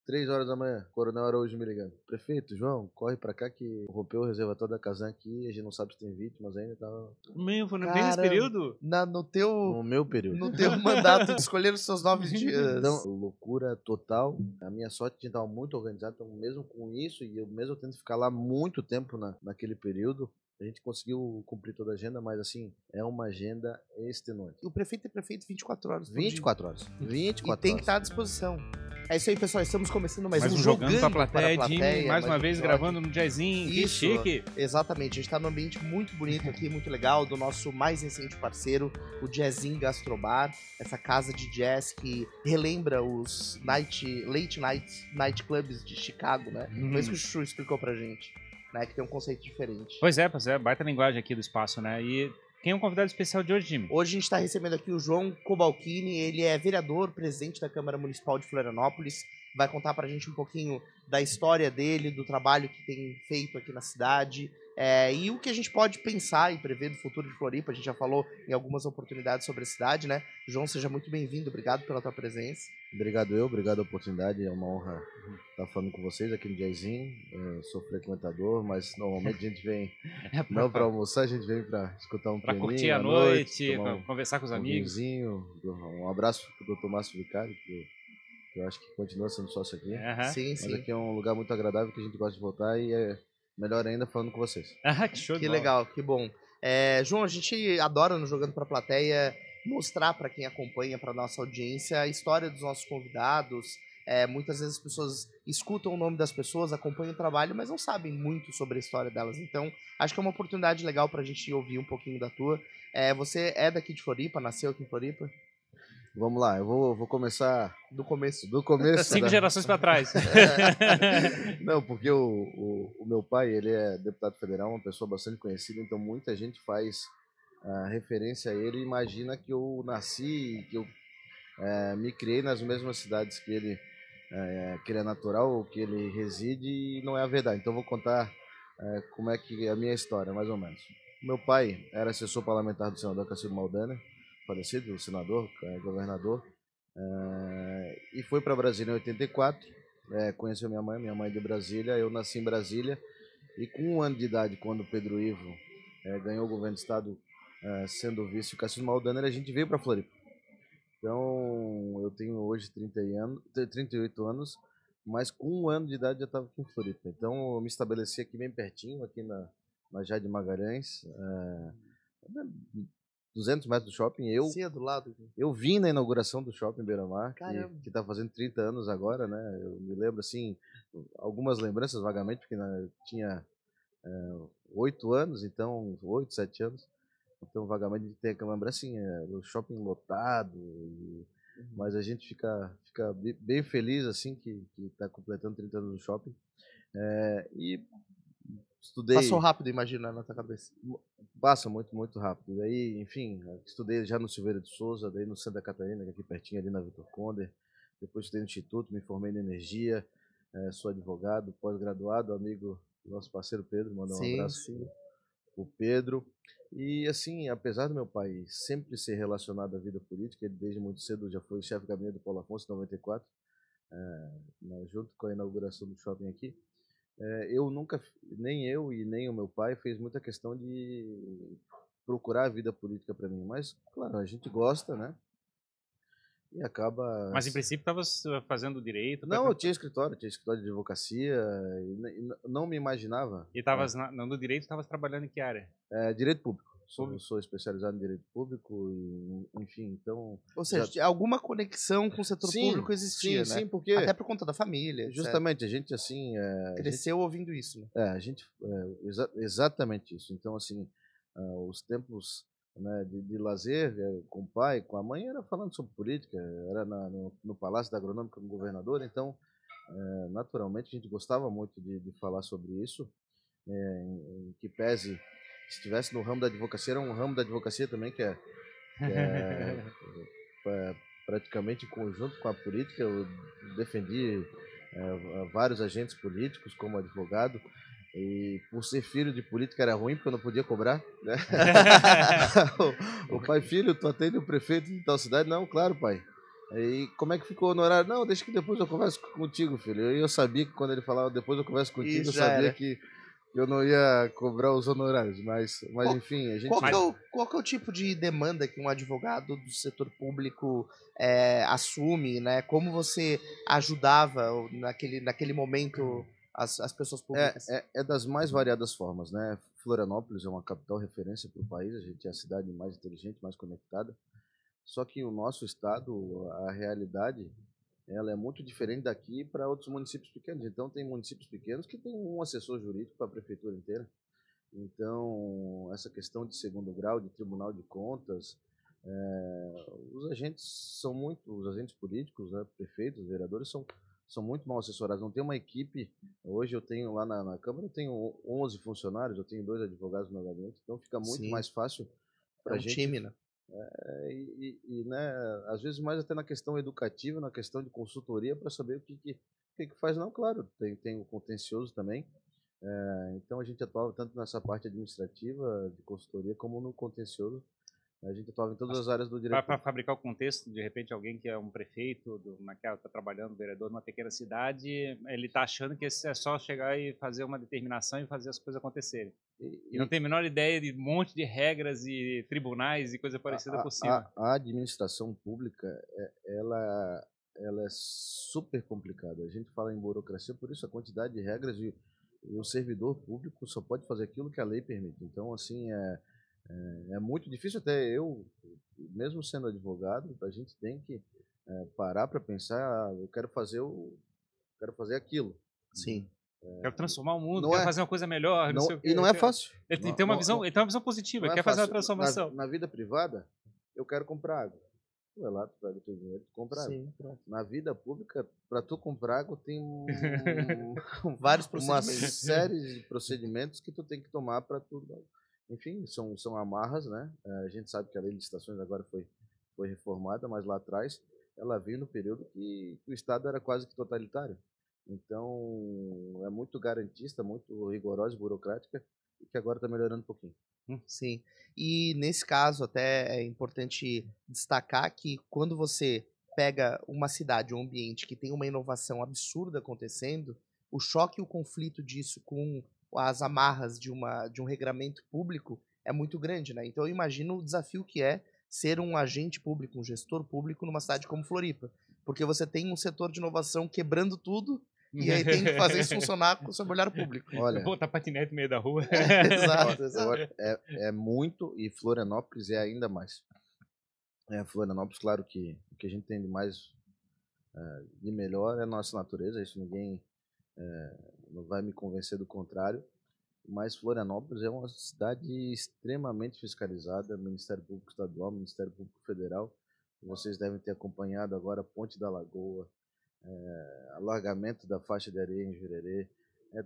3 horas da manhã, Coronel Araújo me ligando. Prefeito, João, corre pra cá que rompeu o reservatório da Casan aqui, a gente não sabe se tem vítimas ainda, tava... Meu, foi bem nesse período? No meu período. No teu mandato, escolheram os seus 9 dias. Então, loucura total. A minha sorte de estar muito organizado, então mesmo com isso, e eu mesmo tendo que ficar lá muito tempo naquele período, a gente conseguiu cumprir toda a agenda, mas assim, é uma agenda extenuante. O prefeito é prefeito 24 horas. 24 horas. 24 e tem que horas. estar à disposição. É isso aí, pessoal. Estamos começando mais Mais um Jogando pra para a Plateia, mais uma um vez episódio. gravando no jazzinho, que Isso. chique. Exatamente, a gente tá num ambiente muito bonito aqui, muito legal, do nosso mais recente parceiro, o Jazzinho Gastrobar, essa casa de jazz que relembra os late night clubs de Chicago, né? Foi isso que o Chuchu explicou pra gente, né? Que tem um conceito diferente. Pois é, baita linguagem aqui do espaço, né? E quem é um convidado especial de hoje, Jimmy? Hoje a gente está recebendo aqui o João Cobalcini, ele é vereador, presidente da Câmara Municipal de Florianópolis, vai contar pra gente um pouquinho da história dele, do trabalho que tem feito aqui na cidade, e o que a gente pode pensar e prever do futuro de Floripa. A gente já falou em algumas oportunidades sobre a cidade, né? João, seja muito bem-vindo, obrigado pela tua presença. Obrigado a oportunidade, é uma honra estar falando com vocês aqui no Jazzinho. Eu sou frequentador, mas normalmente a gente vem não para almoçar, a gente vem para escutar um Pra pianinho curtir a à noite, tomar pra conversar com os um amigos. vinhozinho. Um abraço pro Dr. Márcio Vicário, que eu acho que continua sendo sócio aqui. Sim, Mas sim. aqui é um lugar muito agradável que a gente gosta de voltar e é melhor ainda falando com vocês. Que show de Que bola. legal, que bom. João, a gente adora no Jogando pra Plateia mostrar para quem acompanha, para nossa audiência, a história dos nossos convidados. Muitas vezes as pessoas escutam o nome das pessoas, acompanham o trabalho, mas não sabem muito sobre a história delas. Então, acho que é uma oportunidade legal para a gente ouvir um pouquinho da tua. Você é daqui de Floripa, nasceu aqui em Floripa? Vamos lá, eu vou começar Do começo. 5 gerações pra trás. Não, porque o meu pai, ele é deputado federal, uma pessoa bastante conhecida, então muita gente faz referência a ele e imagina que eu nasci, que eu me criei nas mesmas cidades que ele é natural, que ele reside, e não é a verdade. Então eu vou contar como é que é a minha história, mais ou menos. Meu pai era assessor parlamentar do senador Cacildo Maldaner, falecido, senador, governador, e foi para Brasília em 84, conheceu minha mãe de Brasília, eu nasci em Brasília, e com 1 ano de idade, quando o Pedro Ivo ganhou o governo do estado, sendo vice o Cacildo Maldaner, a gente veio para Floripa. Então, eu tenho hoje 38 anos, mas com 1 ano de idade já estava aqui em Floripa. Então, eu me estabeleci aqui bem pertinho, aqui na Jardim Magalhães, 200 metros do shopping. Sim, é do lado. Eu vim na inauguração do shopping Beira-Mar, Caramba. que está fazendo 30 anos agora, né? Eu me lembro, assim, algumas lembranças vagamente, porque eu tinha 8 anos, então, 8, 7 anos. Então, vagamente, a gente tem aquela lembrança, assim, o shopping lotado, mas a gente fica bem feliz, assim, que está completando 30 anos no shopping. E estudei... Passou rápido, imagina, na tua cabeça. Passa muito, muito rápido. Daí, enfim, estudei já no Silveira de Souza, daí no Santa Catarina, que é aqui pertinho, ali na Vitor Conder. Depois estudei no Instituto, me formei em Energia, sou advogado, pós-graduado, amigo do nosso parceiro Pedro, mandar um abraço pro Pedro. E, assim, apesar do meu pai sempre ser relacionado à vida política, ele desde muito cedo já foi chefe de gabinete do Paulo Afonso, em 94, junto com a inauguração do shopping aqui. Eu nunca, nem eu e nem o meu pai, fez muita questão de procurar a vida política para mim. Mas, claro, a gente gosta, né? E acaba... Mas, em princípio, estavas fazendo direito? Não, eu tinha escritório de advocacia, e não me imaginava. E estavas no direito, estavas trabalhando em que área? Direito público. Sou especializado em direito público, e, enfim, então... Ou seja, alguma conexão com o setor público existia, sim, né? Sim, porque... Até por conta da família, justamente, a gente, assim... cresceu ouvindo isso, né? Exatamente isso. Então, assim, os tempos, né, de lazer com o pai, com a mãe, era falando sobre política, era no Palácio da Agronômica com o governador, então, naturalmente, a gente gostava muito de falar sobre isso, em que pese... Se estivesse no ramo da advocacia, era um ramo da advocacia também que é praticamente em conjunto com a política. Eu defendi vários agentes políticos como advogado, e por ser filho de política era ruim porque eu não podia cobrar, né? O pai, filho, tu atende o prefeito de tal cidade? Não, claro, pai. Aí, como é que ficou o honorário? Não, deixa que depois eu converso contigo, filho. Eu sabia que quando ele falava depois eu converso contigo, eu Isso já sabia era. que eu não ia cobrar os honorários. Mas Qual, enfim, a qual que gente. é Mas o tipo de demanda que um advogado do setor público assume, né? Como você ajudava naquele momento as pessoas É, públicas? é das mais variadas formas, né? Florianópolis é uma capital referência para o país, a gente é a cidade mais inteligente, mais conectada. Só que o nosso estado, a realidade, ela é muito diferente daqui para outros municípios pequenos. Então, tem municípios pequenos que tem um assessor jurídico para a prefeitura inteira. Então, essa questão de segundo grau, de tribunal de contas, os agentes políticos, né, prefeitos, vereadores, são muito mal assessorados. Não tem uma equipe, hoje eu tenho lá na Câmara, eu tenho 11 funcionários, eu tenho 2 advogados no meu gabinete, então fica muito Sim, mais fácil é para a um gente, time, né? né, às vezes mais até na questão educativa, na questão de consultoria, para saber o que faz. Não, claro, tem o contencioso também, então a gente atuava tanto nessa parte administrativa, de consultoria, como no contencioso. A gente atuava em todas as áreas do direito para público. fabricar o contexto, de repente alguém que é um prefeito, naquela está trabalhando, vereador numa pequena cidade, ele está achando que esse é só chegar e fazer uma determinação e fazer as coisas acontecerem. E não E tem a menor ideia de um monte de regras e tribunais e coisa parecida por cima. a administração pública, ela é super complicada. A gente fala em burocracia, por isso a quantidade de regras e o servidor público só pode fazer aquilo que a lei permite. Então, assim, é muito difícil até eu, mesmo sendo advogado, a gente tem que parar para pensar, eu quero fazer aquilo. Sim. Quero transformar o mundo, Não quero é, fazer uma coisa melhor, não sei não, o quê. e não é fácil. Ele Não, tem uma não, visão, não, ele tem uma visão positiva, não ele é quer fazer uma fácil. transformação. Na vida privada, eu quero comprar água. Tu vai lá, tu pega o teu dinheiro, tu compra água. Sim, pronto. Na vida pública, para tu comprar água, tem Vários uma procedimentos. série de procedimentos que tu tem que tomar para tu. Enfim, são amarras, né? A gente sabe que a lei de licitações agora foi reformada, mas lá atrás ela veio no período que o Estado era quase que totalitário. Então, é muito garantista, muito rigorosa e burocrática, e que agora está melhorando um pouquinho. Sim. E nesse caso, até é importante destacar que quando você pega uma cidade, um ambiente que tem uma inovação absurda acontecendo, o choque e o conflito disso com as amarras de um regramento público é muito grande, né? Então eu imagino o desafio que é ser um agente público, um gestor público numa cidade como Floripa. Porque você tem um setor de inovação quebrando tudo e aí tem que fazer isso funcionar com o seu olhar público. Olha, Botar patinete no meio da rua. Exato, exato. é muito, e Florianópolis é ainda mais. Florianópolis, claro que o que a gente tem de mais de melhor é a nossa natureza, isso ninguém não vai me convencer do contrário, mas Florianópolis é uma cidade extremamente fiscalizada, Ministério Público Estadual, Ministério Público Federal. Vocês devem ter acompanhado agora a Ponte da Lagoa, alargamento da faixa de areia em Jurerê. É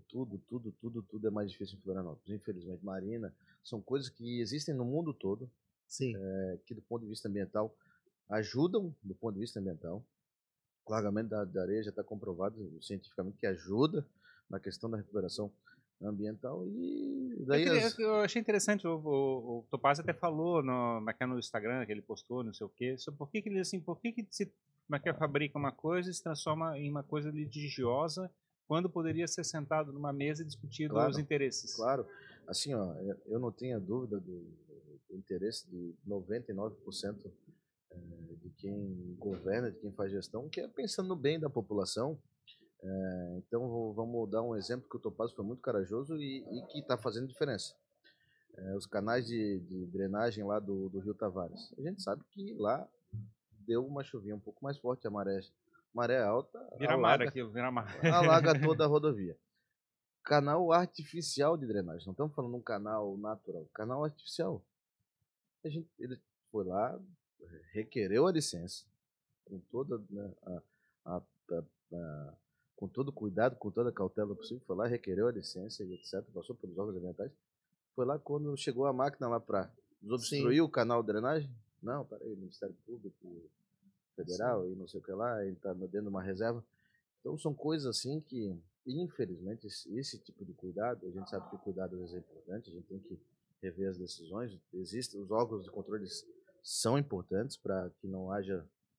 tudo é mais difícil em Florianópolis. Infelizmente, Marina, são coisas que existem no mundo todo, Sim. que do ponto de vista ambiental ajudam do ponto de vista ambiental. O largamento da areia já está comprovado cientificamente que ajuda na questão da recuperação ambiental e daí Eu achei interessante, o Topaz até falou no Instagram, que ele postou, não sei o quê, sobre por que ele, assim, por que se como é que fabrica uma coisa e se transforma em uma coisa litigiosa, quando poderia ser sentado numa mesa e discutido os claro, interesses. claro, assim, ó, eu não tenho dúvida do interesse de 99% de quem governa, de quem faz gestão, que é pensando no bem da população. Então vamos dar um exemplo que o Topaz foi muito corajoso e que está fazendo diferença. Os canais de drenagem lá do Rio Tavares. A gente sabe que lá deu uma chuvinha um pouco mais forte, a maré alta Vira mar aquilo, vira mar. alaga toda a rodovia. Canal artificial de drenagem, não estamos falando de um canal natural, canal artificial. Ele foi lá, requereu a licença, com toda, né, a- com todo cuidado, com toda a cautela possível, foi lá, requereu a licença e etc, passou pelos órgãos ambientais. Foi lá quando chegou a máquina lá para desobstruir o canal de drenagem. Não, peraí, Ministério Público Federal e não sei o que lá, ele está dentro de uma reserva. Então são coisas assim que, infelizmente, esse tipo de cuidado, a gente sabe que o cuidado às vezes é importante, a gente tem que rever as decisões. Existem os órgãos de controle são importantes para que não haja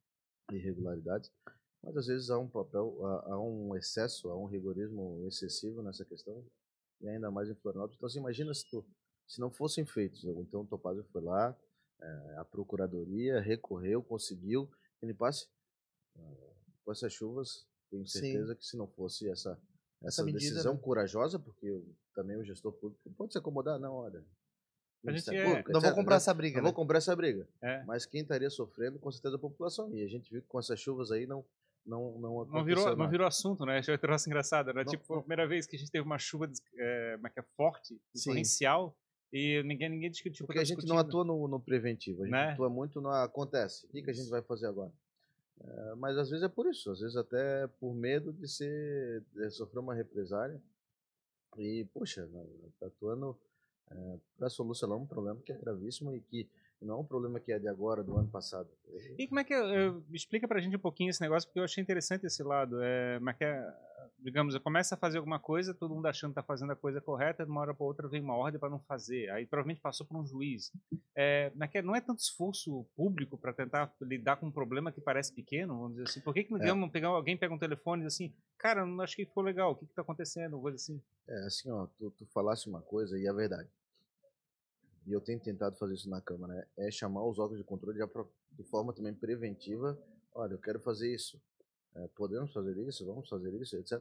irregularidades, mas às vezes há um excesso, há um rigorismo excessivo nessa questão, e ainda mais em Florianópolis. Então, você imagina se não fossem feitos. Então, o Topázio foi lá, a procuradoria recorreu, conseguiu que ele passe. Com essas chuvas, tenho certeza que se não fosse essa medida, decisão né? corajosa, porque também o gestor público pode se acomodar, não, olha. A gente Não vou comprar essa briga, Não vou comprar essa briga. É. Mas quem estaria sofrendo, com certeza, a população. E a gente viu que com essas chuvas aí não aconteceu não virou assunto, né? Achei um troço engraçado, né? Tipo, foi a primeira vez que a gente teve uma chuva forte, torrencial, e ninguém discutiu. Porque a gente não atua no preventivo, a gente atua muito no acontece. O que a gente vai fazer agora? Mas às vezes é por isso, às vezes até por medo de sofrer uma represália. E, poxa, está atuando para solucionar um problema que é gravíssimo e que não é um problema que é de agora, do ano passado. E como é que explica pra gente um pouquinho esse negócio, porque eu achei interessante esse lado. Digamos, eu começo a fazer alguma coisa, todo mundo achando que está fazendo a coisa correta, de uma hora para outra vem uma ordem para não fazer. Aí provavelmente passou por um juiz. Não é tanto esforço público para tentar lidar com um problema que parece pequeno, vamos dizer assim. Por que alguém pega um telefone e diz assim, cara, não acho que ficou legal, o que está acontecendo? Coisa assim. Assim, ó, tu falasse uma coisa e é verdade. E eu tenho tentado fazer isso na Câmara, né? É chamar os órgãos de controle de forma também preventiva. Olha, eu quero fazer isso. Podemos fazer isso? Vamos fazer isso, etc.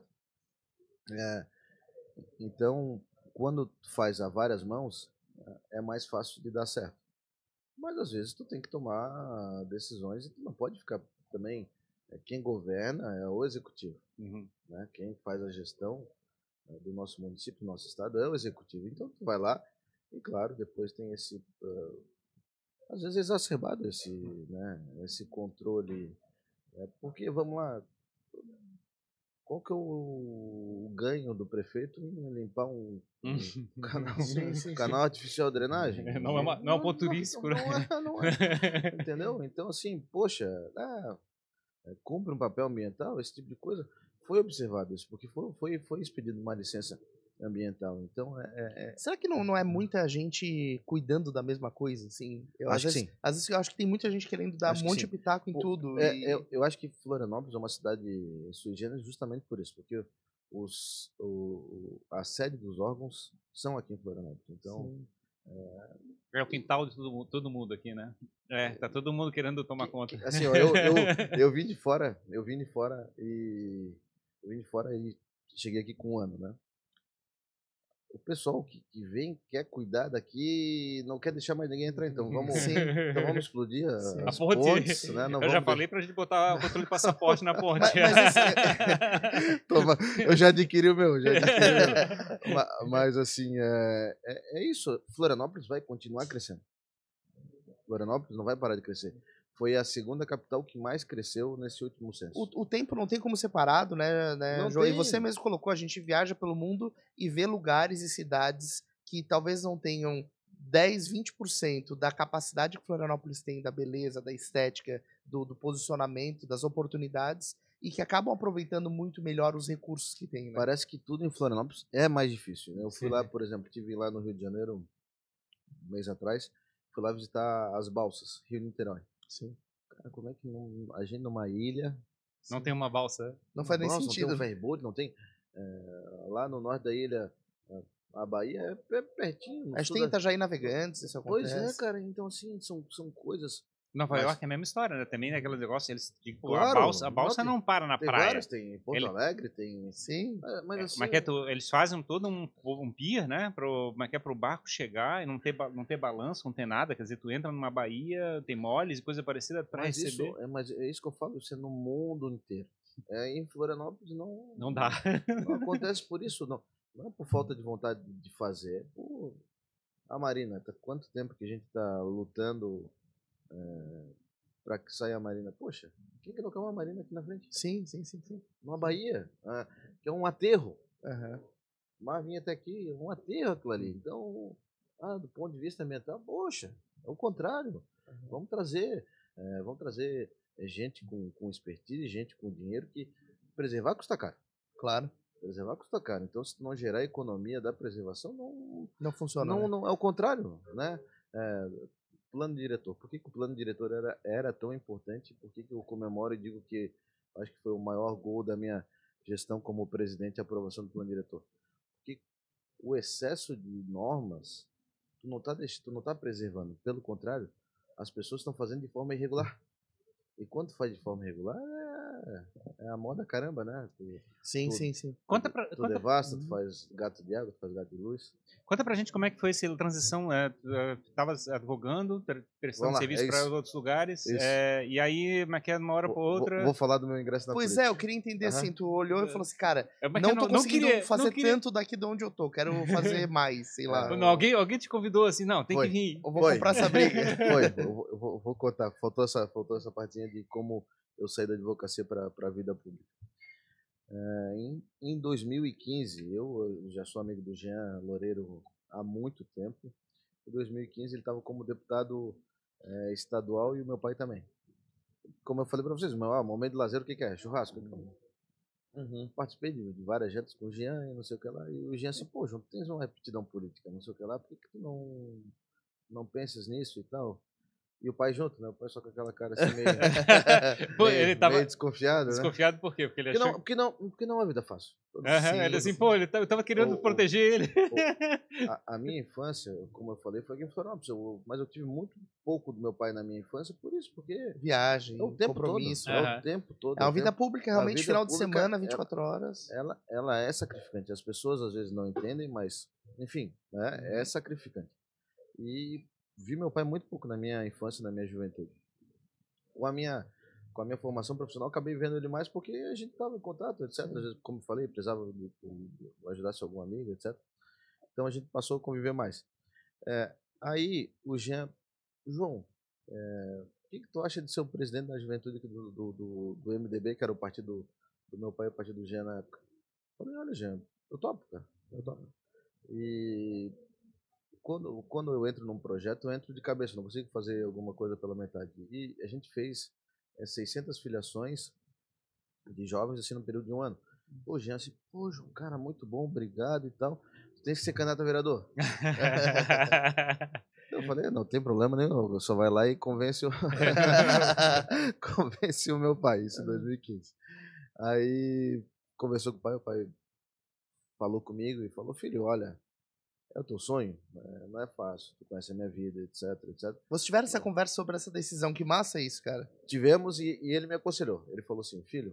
Então, quando tu faz a várias mãos, é mais fácil de dar certo. Mas às vezes tu tem que tomar decisões e tu não pode ficar também. Quem governa é o executivo. Né? Quem faz a gestão do nosso município, do nosso estado, é o executivo. Então tu vai lá e, claro, depois tem esse, às vezes exacerbado esse controle. Porque, vamos lá, qual que é o ganho do prefeito em limpar um canal artificial de drenagem? Não é um ponto turístico. Não é. Entendeu? Então, assim, poxa, cumpre um papel ambiental, esse tipo de coisa. Foi observado isso, porque foi expedida uma licença ambiental. Então, Será que não é muita gente cuidando da mesma coisa, assim? Acho que sim. Às vezes eu acho que tem muita gente querendo dar um monte de pitaco em tudo. Eu acho que Florianópolis é uma cidade sui generis justamente por isso, porque a sede dos órgãos são aqui em Florianópolis. Então, é o quintal de todo mundo aqui, né? Tá todo mundo querendo tomar conta. Assim, ó, eu vim de fora e cheguei aqui com 1 ano, né? O pessoal que vem quer cuidar daqui, não quer deixar mais ninguém entrar, então vamos explodir as pontes, né? Eu já falei pra gente botar o controle de passaporte na ponte. Toma, eu já adquiri o meu. Mas assim, é isso. Florianópolis vai continuar crescendo. Florianópolis não vai parar de crescer. Foi a segunda capital que mais cresceu nesse último censo. O tempo não tem como separado, né, João? E você mesmo colocou, a gente viaja pelo mundo e vê lugares e cidades que talvez não tenham 10, 20% da capacidade que Florianópolis tem, da beleza, da estética, do posicionamento, das oportunidades, e que acabam aproveitando muito melhor os recursos que tem, né? Parece que tudo em Florianópolis é mais difícil, né? Eu fui lá, por exemplo, estive lá no Rio de Janeiro um mês atrás, fui lá visitar as balsas, Rio-Niterói. Sim. Cara, como é que a gente numa ilha... Não tem uma balsa. Não faz nem sentido. Não tem um ferryboat, não tem... lá no norte da ilha, a Bahia é pertinho. Acho que tem Itajaí Navegantes, isso acontece. Pois é, cara. Então, assim, são coisas... Nova York é a mesma história, né? Também naquele negócio, eles tipo, claro, a balsa não para na praia. Vários, tem Porto Alegre, tem... Sim. Mas assim... eles fazem todo um pier, né? Pro barco chegar e não ter balanço, não ter nada. Quer dizer, tu entra numa baía, tem moles e coisa parecida para receber. Mas é isso que eu falo, isso é no mundo inteiro. Em Florianópolis não dá. Não acontece por isso, não é por falta de vontade de fazer, é por... A Marina, quanto tempo que a gente tá lutando para que saia a Marina? Poxa, quem que não quer uma Marina aqui na frente? Sim. Uma baía, que é um aterro. Uhum. Mas vinha até aqui, um aterro aquilo ali. Então, do ponto de vista ambiental, poxa, é o contrário. Uhum. Vamos trazer gente com expertise, gente com dinheiro, que preservar custa caro. Claro. Preservar custa caro. Então, se não gerar economia da preservação, não funciona. Não, é o contrário, né? plano diretor. Por que o plano diretor era tão importante? Por que eu comemoro e digo que acho que foi o maior gol da minha gestão como presidente, a aprovação do plano diretor? Porque o excesso de normas, tu não tá preservando. Pelo contrário, as pessoas estão fazendo de forma irregular. E quando faz de forma irregular, é a moda caramba, né? Sim. Tu devasta, tu faz gato de água, tu faz gato de luz. Conta pra gente como é que foi essa transição. Tava advogando, prestando Vamos lá, serviço é para isso. outros lugares, Isso. e aí, como é que é, de uma hora para outra... Vou falar do meu ingresso na Pois política. eu queria entender assim, tu olhou e falou assim, cara, Mas que não tô conseguindo fazer queria... tanto daqui de onde eu tô, quero fazer mais, sei lá. Não, alguém te convidou assim, não, tem que vir. Eu vou comprar essa briga. Eu vou contar, faltou essa partinha de como eu saí da advocacia para a vida pública. Em 2015, eu já sou amigo do Jean Loureiro há muito tempo. Em 2015 ele estava como deputado estadual e o meu pai também. Como eu falei para vocês, momento de lazer, o que é? Churrasco. Participei de várias jantas com o Jean e não sei o que lá. E o Jean assim, pô, João, tu tens uma repetidão política, não sei o que lá, por que tu não pensas nisso e tal? E o pai junto, né? O pai só com aquela cara assim Ele tava meio desconfiado, né? Desconfiado por quê? Porque ele achou... Porque não é uma vida fácil. Ele assim, pô, ele tava querendo proteger ele. A minha infância, como eu falei, foi aqui em Florianópolis. Mas eu tive muito pouco do meu pai na minha infância, por isso, porque viagem, é o tempo compromisso. todo. É o tempo todo. É uma vida pública, realmente, final de semana, 24 ela, horas. Ela é sacrificante. As pessoas às vezes não entendem, mas, enfim, né, é sacrificante. E vi meu pai muito pouco na minha infância, na minha juventude. Com a minha formação profissional, acabei vendo ele mais porque a gente estava em contato, etc. Às vezes, como eu falei, precisava de ajudasse algum amigo, etc. Então a gente passou a conviver mais. Aí o Jean, João, o que tu acha de ser o presidente da juventude do MDB, que era o partido do meu pai e o partido do Jean na época? Eu falei, olha, Jean, eu topo, cara, eu topo. E quando eu entro num projeto, eu entro de cabeça, não consigo fazer alguma coisa pela metade. E a gente fez 600 filiações de jovens assim no período de um ano. Pô, Jean, assim, pô, João, cara, muito bom, obrigado e tal. Tu tem que ser candidato a vereador. Eu falei, não tem problema nenhum, eu só vai lá e convence o meu pai, isso em 2015. Aí conversou com o pai falou comigo e falou, filho, olha, é o teu sonho, não é fácil, tu conhece a minha vida, etc, etc. Vocês tiveram essa conversa sobre essa decisão, que massa isso, cara. Tivemos e ele me aconselhou, ele falou assim, filho,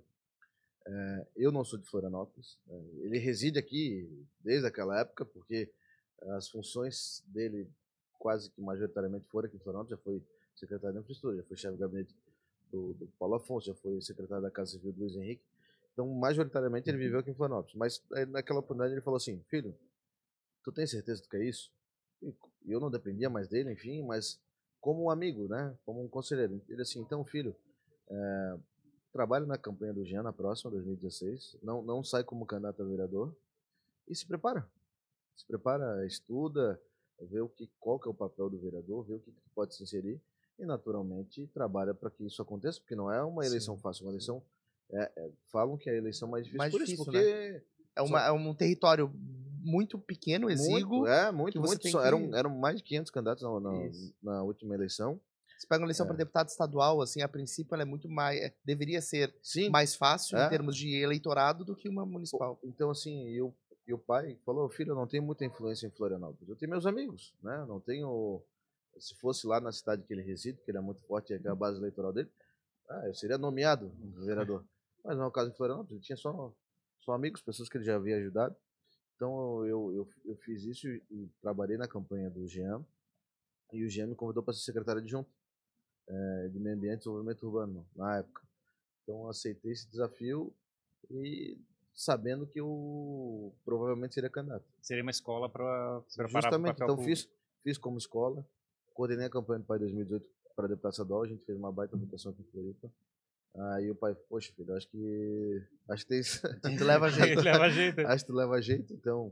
eu não sou de Florianópolis, ele reside aqui desde aquela época, porque as funções dele quase que majoritariamente foram aqui em Florianópolis, já foi secretário de infraestrutura, já foi chefe de gabinete do Paulo Afonso, já foi secretário da Casa Civil do Luiz Henrique, então majoritariamente ele viveu aqui em Florianópolis, mas naquela oportunidade ele falou assim, filho, tu tem certeza que tu quer isso? E eu não dependia mais dele, enfim, mas como um amigo, né? Como um conselheiro. Ele assim, então, filho, trabalha na campanha do Jean na próxima, 2016. Não sai como candidato a vereador e se prepara. Se prepara, estuda, vê qual que é o papel do vereador, vê o que pode se inserir e, naturalmente, trabalha para que isso aconteça, porque não é uma eleição fácil, uma eleição... falam que é a eleição mais difícil, por isso, porque... Né? É um território muito pequeno, exíguo. Muito. Eram mais de 500 candidatos na última eleição. Você pega uma eleição para deputado estadual, assim, a princípio ela é muito mais... deveria ser mais fácil em termos de eleitorado do que uma municipal. Então, assim, e o pai falou, filho, eu não tenho muita influência em Florianópolis. Eu tenho meus amigos, né? Não tenho... Se fosse lá na cidade que ele reside, que ele é muito forte, é a base eleitoral dele, eu seria nomeado vereador. Mas não é o caso em Florianópolis, ele tinha só amigos, pessoas que ele já havia ajudado. Então eu fiz isso e trabalhei na campanha do Jean. E o Jean me convidou para ser secretário adjunto de Meio Ambiente e Desenvolvimento Urbano, na época. Então eu aceitei esse desafio e sabendo que eu provavelmente seria candidato. Seria uma escola para preparar justamente, para o então fiz como escola, coordenei a campanha do pai 2018 para deputado estadual, a gente fez uma baita votação aqui em Floripa. Aí o pai, poxa filho, acho que tem tu leva jeito. Acho que tu leva jeito, então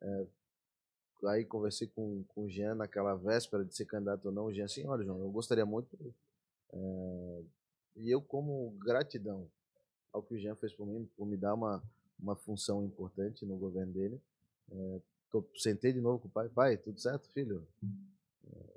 aí conversei com o Jean naquela véspera de ser candidato ou não, o Jean assim, olha João, eu gostaria muito e eu como gratidão ao que o Jean fez por mim, por me dar uma função importante no governo dele, sentei de novo com o pai, tudo certo filho?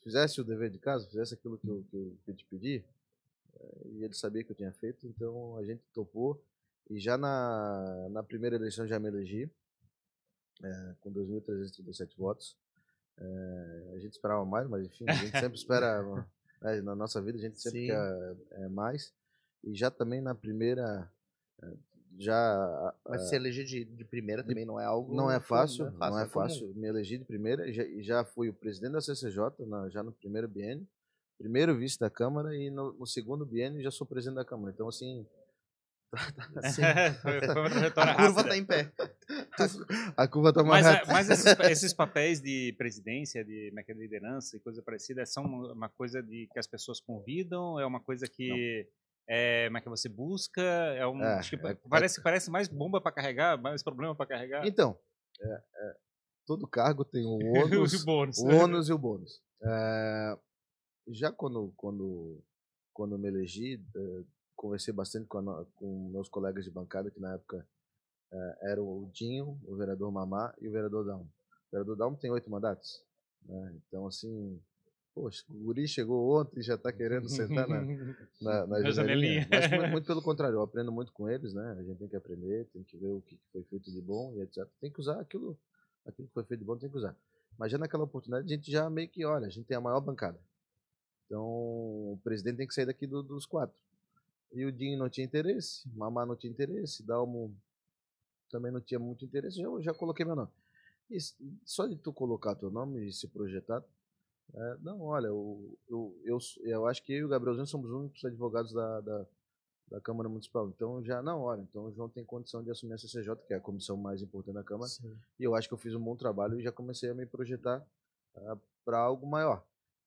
fizesse o dever de casa, fizesse aquilo que eu te pedi, e ele sabia que eu tinha feito, então a gente topou. E já na primeira eleição já me elegi, com 2.337 votos. A gente esperava mais, mas enfim, a gente sempre espera, né, na nossa vida a gente sempre Sim. quer mais. E já também na primeira, já... Mas se eleger de primeira também não é algo... Não é fácil, comum, não é é comum. fácil. Me elegi de primeira e já fui o presidente da CCJ, já no primeiro biênio, primeiro vice da Câmara, e no segundo biênio já sou presidente da Câmara. Então, assim, Sim. Foi uma trajetória A curva rápida. tá em pé. a curva tá mais reta. Mas esses papéis de presidência, de liderança e coisa parecida, são uma coisa que as pessoas convidam? É uma coisa que você busca? Acho que parece mais bomba para carregar, mais problema para carregar. Então, todo cargo tem o ônus, o bônus. o ônus e o bônus. Já quando eu me elegi, conversei bastante com meus colegas de bancada, que na época eram o Dinho, o vereador Mamá e o vereador Dalmo. O vereador Dalmo tem 8 mandatos, né? Então, assim, poxa, o guri chegou ontem e já está querendo sentar na janelinha. Mas muito pelo contrário, eu aprendo muito com eles, né? A gente tem que aprender, tem que ver o que foi feito de bom e etc. Tem que usar aquilo que foi feito de bom, tem que usar. Mas já naquela oportunidade, a gente já meio que, olha, a gente tem a maior bancada. Então, o presidente tem que sair daqui dos 4. E o Dinho não tinha interesse, Mamá não tinha interesse, Dalmo também não tinha muito interesse, eu já coloquei meu nome. E só de tu colocar teu nome e se projetar, não, olha, eu acho que eu e o Gabrielzinho somos os únicos advogados da Câmara Municipal. Então já, não, olha, então o João tem condição de assumir a CCJ, que é a comissão mais importante da Câmara. Sim. E eu acho que eu fiz um bom trabalho e já comecei a me projetar para algo maior.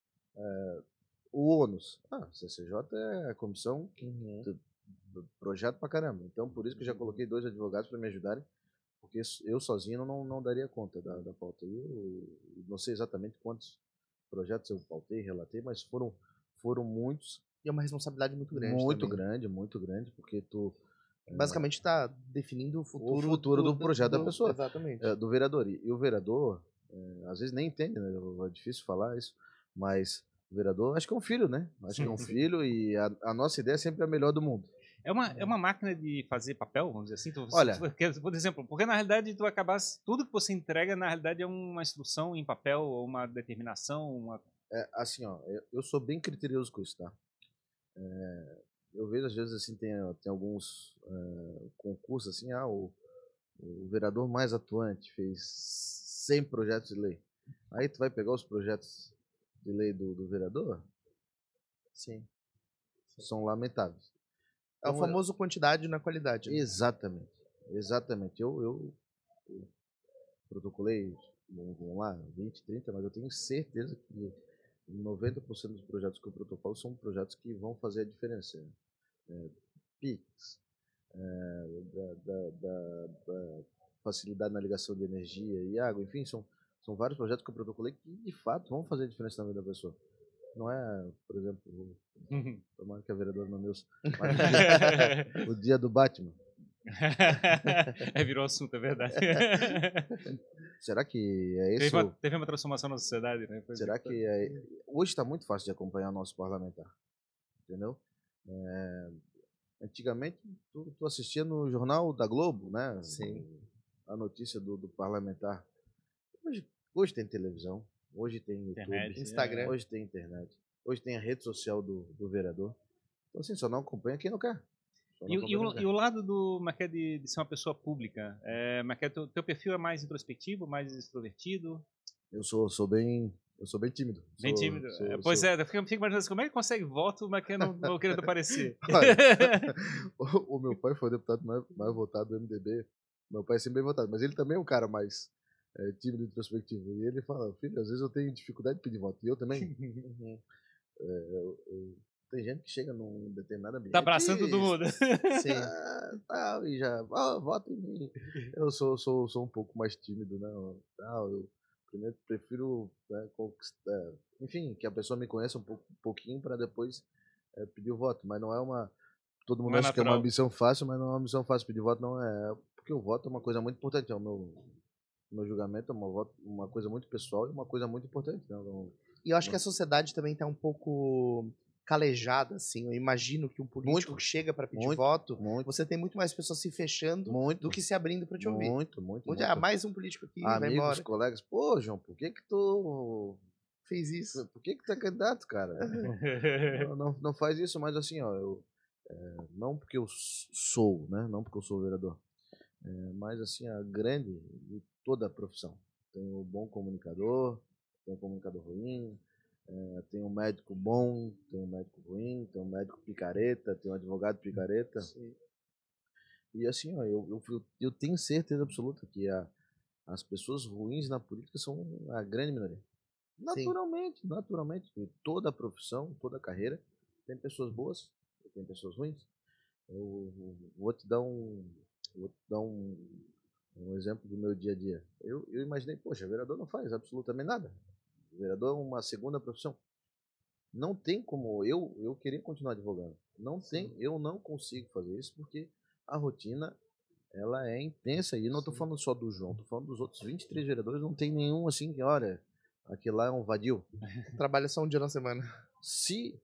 O ônus, CCJ é a comissão do projeto pra caramba. Então, por isso que eu já coloquei 2 advogados para me ajudarem, porque eu sozinho não daria conta da pauta. Eu não sei exatamente quantos projetos eu pautei, relatei, mas foram muitos. E é uma responsabilidade muito grande. Muito grande, porque tu... Basicamente está definindo o futuro do projeto da pessoa. Exatamente. Do vereador. E o vereador, às vezes nem entende, né? É difícil falar isso, mas... O vereador, acho que é um filho, né? Acho que é um filho e a nossa ideia é sempre a melhor do mundo. É uma máquina de fazer papel, vamos dizer assim? Olha... Por exemplo, porque na realidade tu acabas... Tudo que você entrega, na realidade, é uma instrução em papel, ou uma determinação, assim, ó, eu sou bem criterioso com isso, tá? Eu vejo, às vezes, assim, tem alguns concursos, assim, o vereador mais atuante fez 100 projetos de lei. Aí tu vai pegar os projetos de lei do vereador? Sim. São lamentáveis. É o famoso quantidade na qualidade. Né? Exatamente. Eu protocolei, vamos lá, 20, 30, mas eu tenho certeza que 90% dos projetos que eu protocolo são projetos que vão fazer a diferença. PIX, da facilidade na ligação de energia e água, enfim, são vários projetos que eu protocolei que, de fato, vão fazer a diferença na vida da pessoa. Não é, por exemplo, tomara que a vereadora não me ouça, o dia do Batman. Virou assunto, é verdade. Será que é esse? Teve uma transformação na sociedade, né? Será que hoje está muito fácil de acompanhar o nosso parlamentar, entendeu? Antigamente, tu assistia no jornal da Globo, né? Sim. A notícia do parlamentar. Hoje tem televisão, hoje tem YouTube, internet, Instagram. Hoje tem internet, hoje tem a rede social do vereador. Então, assim, só não acompanha quem não quer. E o lado de ser uma pessoa pública? Teu perfil é mais introspectivo, mais extrovertido? Eu sou bem tímido. Bem tímido. Eu fico imaginando assim, como é que consegue voto, mas que não querendo aparecer? Olha, o meu pai foi o deputado mais votado do MDB. Meu pai é sempre bem votado, mas ele também é um cara mais tímido e introspectivo. E ele fala, filho, às vezes eu tenho dificuldade de pedir voto. E eu também. Tem gente que chega num determinado ambiente. Tá abraçando todo mundo. Sim. E já, vota em mim. Eu sou um pouco mais tímido, né? Eu primeiro prefiro conquistar. Enfim, que a pessoa me conheça um pouquinho para depois pedir o voto. Mas não é uma. Todo mundo acha que é uma missão fácil, mas não é uma missão fácil. Pedir voto não é. Porque o voto é uma coisa muito importante. O meu julgamento é uma coisa muito pessoal e uma coisa muito importante. Né? E eu acho que a sociedade também tá um pouco calejada, assim. Eu imagino que um político que chega para pedir voto, você tem muito mais pessoas se fechando do que se abrindo para te ouvir. Muito. Ah, mais um político aqui, vai Amigos, embora. colegas, pô, João, por que tu fez isso? Por que tu é candidato, cara? não faz isso, mas assim, ó, não porque eu sou, né? Não porque eu sou vereador, mas assim, a grande de toda a profissão. Tem o bom comunicador, tem o comunicador ruim, tem um médico bom, tem um médico ruim, tem um médico picareta, tem um advogado picareta. Sim. E assim, ó, eu tenho certeza absoluta que as pessoas ruins na política são a grande minoria. Naturalmente. Toda a profissão, toda a carreira tem pessoas boas e tem pessoas ruins. Eu vou te dar um exemplo do meu dia a dia. Eu imaginei, poxa, vereador não faz absolutamente nada. O vereador é uma segunda profissão. Não tem como eu querer continuar advogando. Eu não consigo fazer isso porque a rotina ela é intensa. E não estou falando só do João, estou falando dos outros 23 vereadores. Não tem nenhum assim que, olha, aquele lá é um vadio. Trabalha só um dia na semana. Se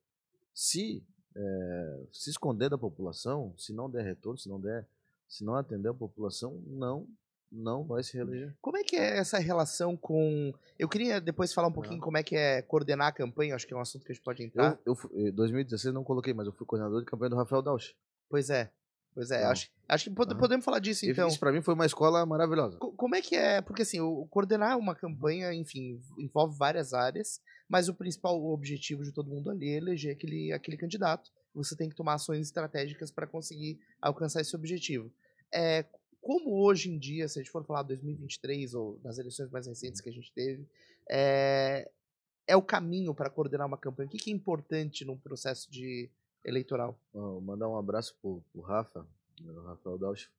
esconder da população, se não der retorno, se não atender a população, não vai se reeleger. Como é que é essa relação com... Eu queria depois falar um pouquinho como é que é coordenar a campanha, acho que é um assunto que a gente pode entrar. Em 2016 não coloquei, mas eu fui coordenador de campanha do Rafael Dausch. Pois é. Então, acho que podemos falar disso, então. Isso pra mim foi uma escola maravilhosa. Como é que é? Porque assim, coordenar uma campanha, enfim, envolve várias áreas, mas o principal objetivo de todo mundo ali é eleger aquele candidato. Você tem que tomar ações estratégicas para conseguir alcançar esse objetivo. Como hoje em dia, se a gente for falar de 2023 ou das eleições mais recentes que a gente teve, é o caminho para coordenar uma campanha? O que é importante num processo eleitoral? Vou mandar um abraço pro Rafa, o Rafael Dausch.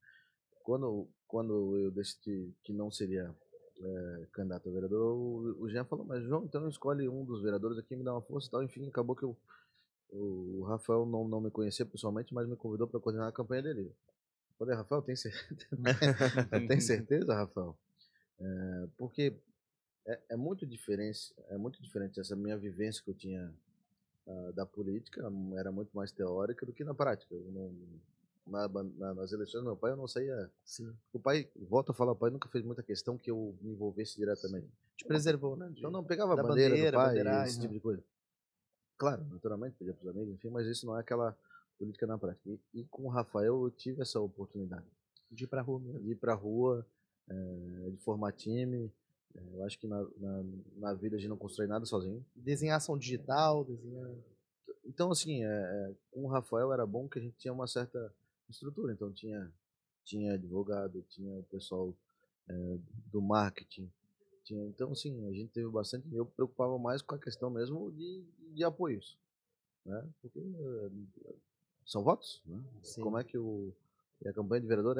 Quando eu decidi que não seria candidato a vereador, o Jean falou, mas João, então escolhe um dos vereadores aqui, me dá uma força e tal. Enfim, acabou que o Rafael não me conhecia pessoalmente, mas me convidou para coordenar a campanha dele. Eu falei, Rafael, tem certeza, Rafael? Porque é muito diferente essa minha vivência que eu tinha da política, era muito mais teórica do que na prática. Nas eleições do meu pai eu não saía. Sim. O pai, volta a falar, o pai nunca fez muita questão que eu me envolvesse diretamente. Te preservou, né? Então não pegava a bandeira do pai, esse tipo de coisa. Claro, naturalmente, pedia para os amigos, enfim, mas isso não é aquela política na prática. E com o Rafael eu tive essa oportunidade. De ir pra rua mesmo. De ir pra rua, de formar time. Eu acho que na vida a gente não constrói nada sozinho. Desenhar ação digital, desenhar... Então, assim, com o Rafael era bom que a gente tinha uma certa estrutura. Então tinha advogado, tinha o pessoal do marketing. Então, assim, a gente teve bastante... Eu preocupava mais com a questão mesmo de apoios. Né? Porque são votos, né? Como é que a campanha de vereador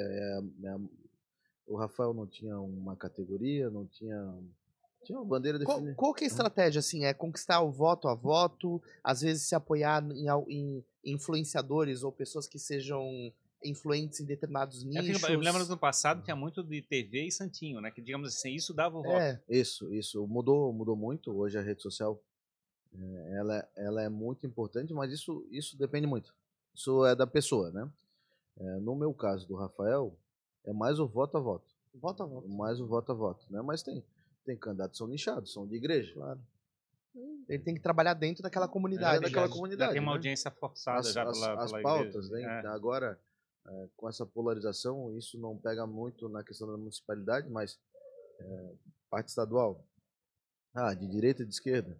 o Rafael não tinha uma categoria, não tinha uma bandeira definida. Qual que é a estratégia, assim? É conquistar o voto a voto, às vezes se apoiar em influenciadores ou pessoas que sejam influentes em determinados nichos? Eu me lembro que no passado tinha muito de TV e santinho, né? Que, digamos assim, isso dava o voto. Isso. Mudou muito. Hoje a rede social ela é muito importante, mas isso depende muito. Isso é da pessoa, né? No meu caso do Rafael, é mais o voto a voto. Voto a voto. Mais o voto a voto, né? Mas tem candidatos que são nichados, são de igreja. Claro. Ele tem que trabalhar dentro daquela comunidade. Já tem uma audiência forçada as pautas, né? Agora, com essa polarização, isso não pega muito na questão da municipalidade, mas parte estadual, de direita e de esquerda.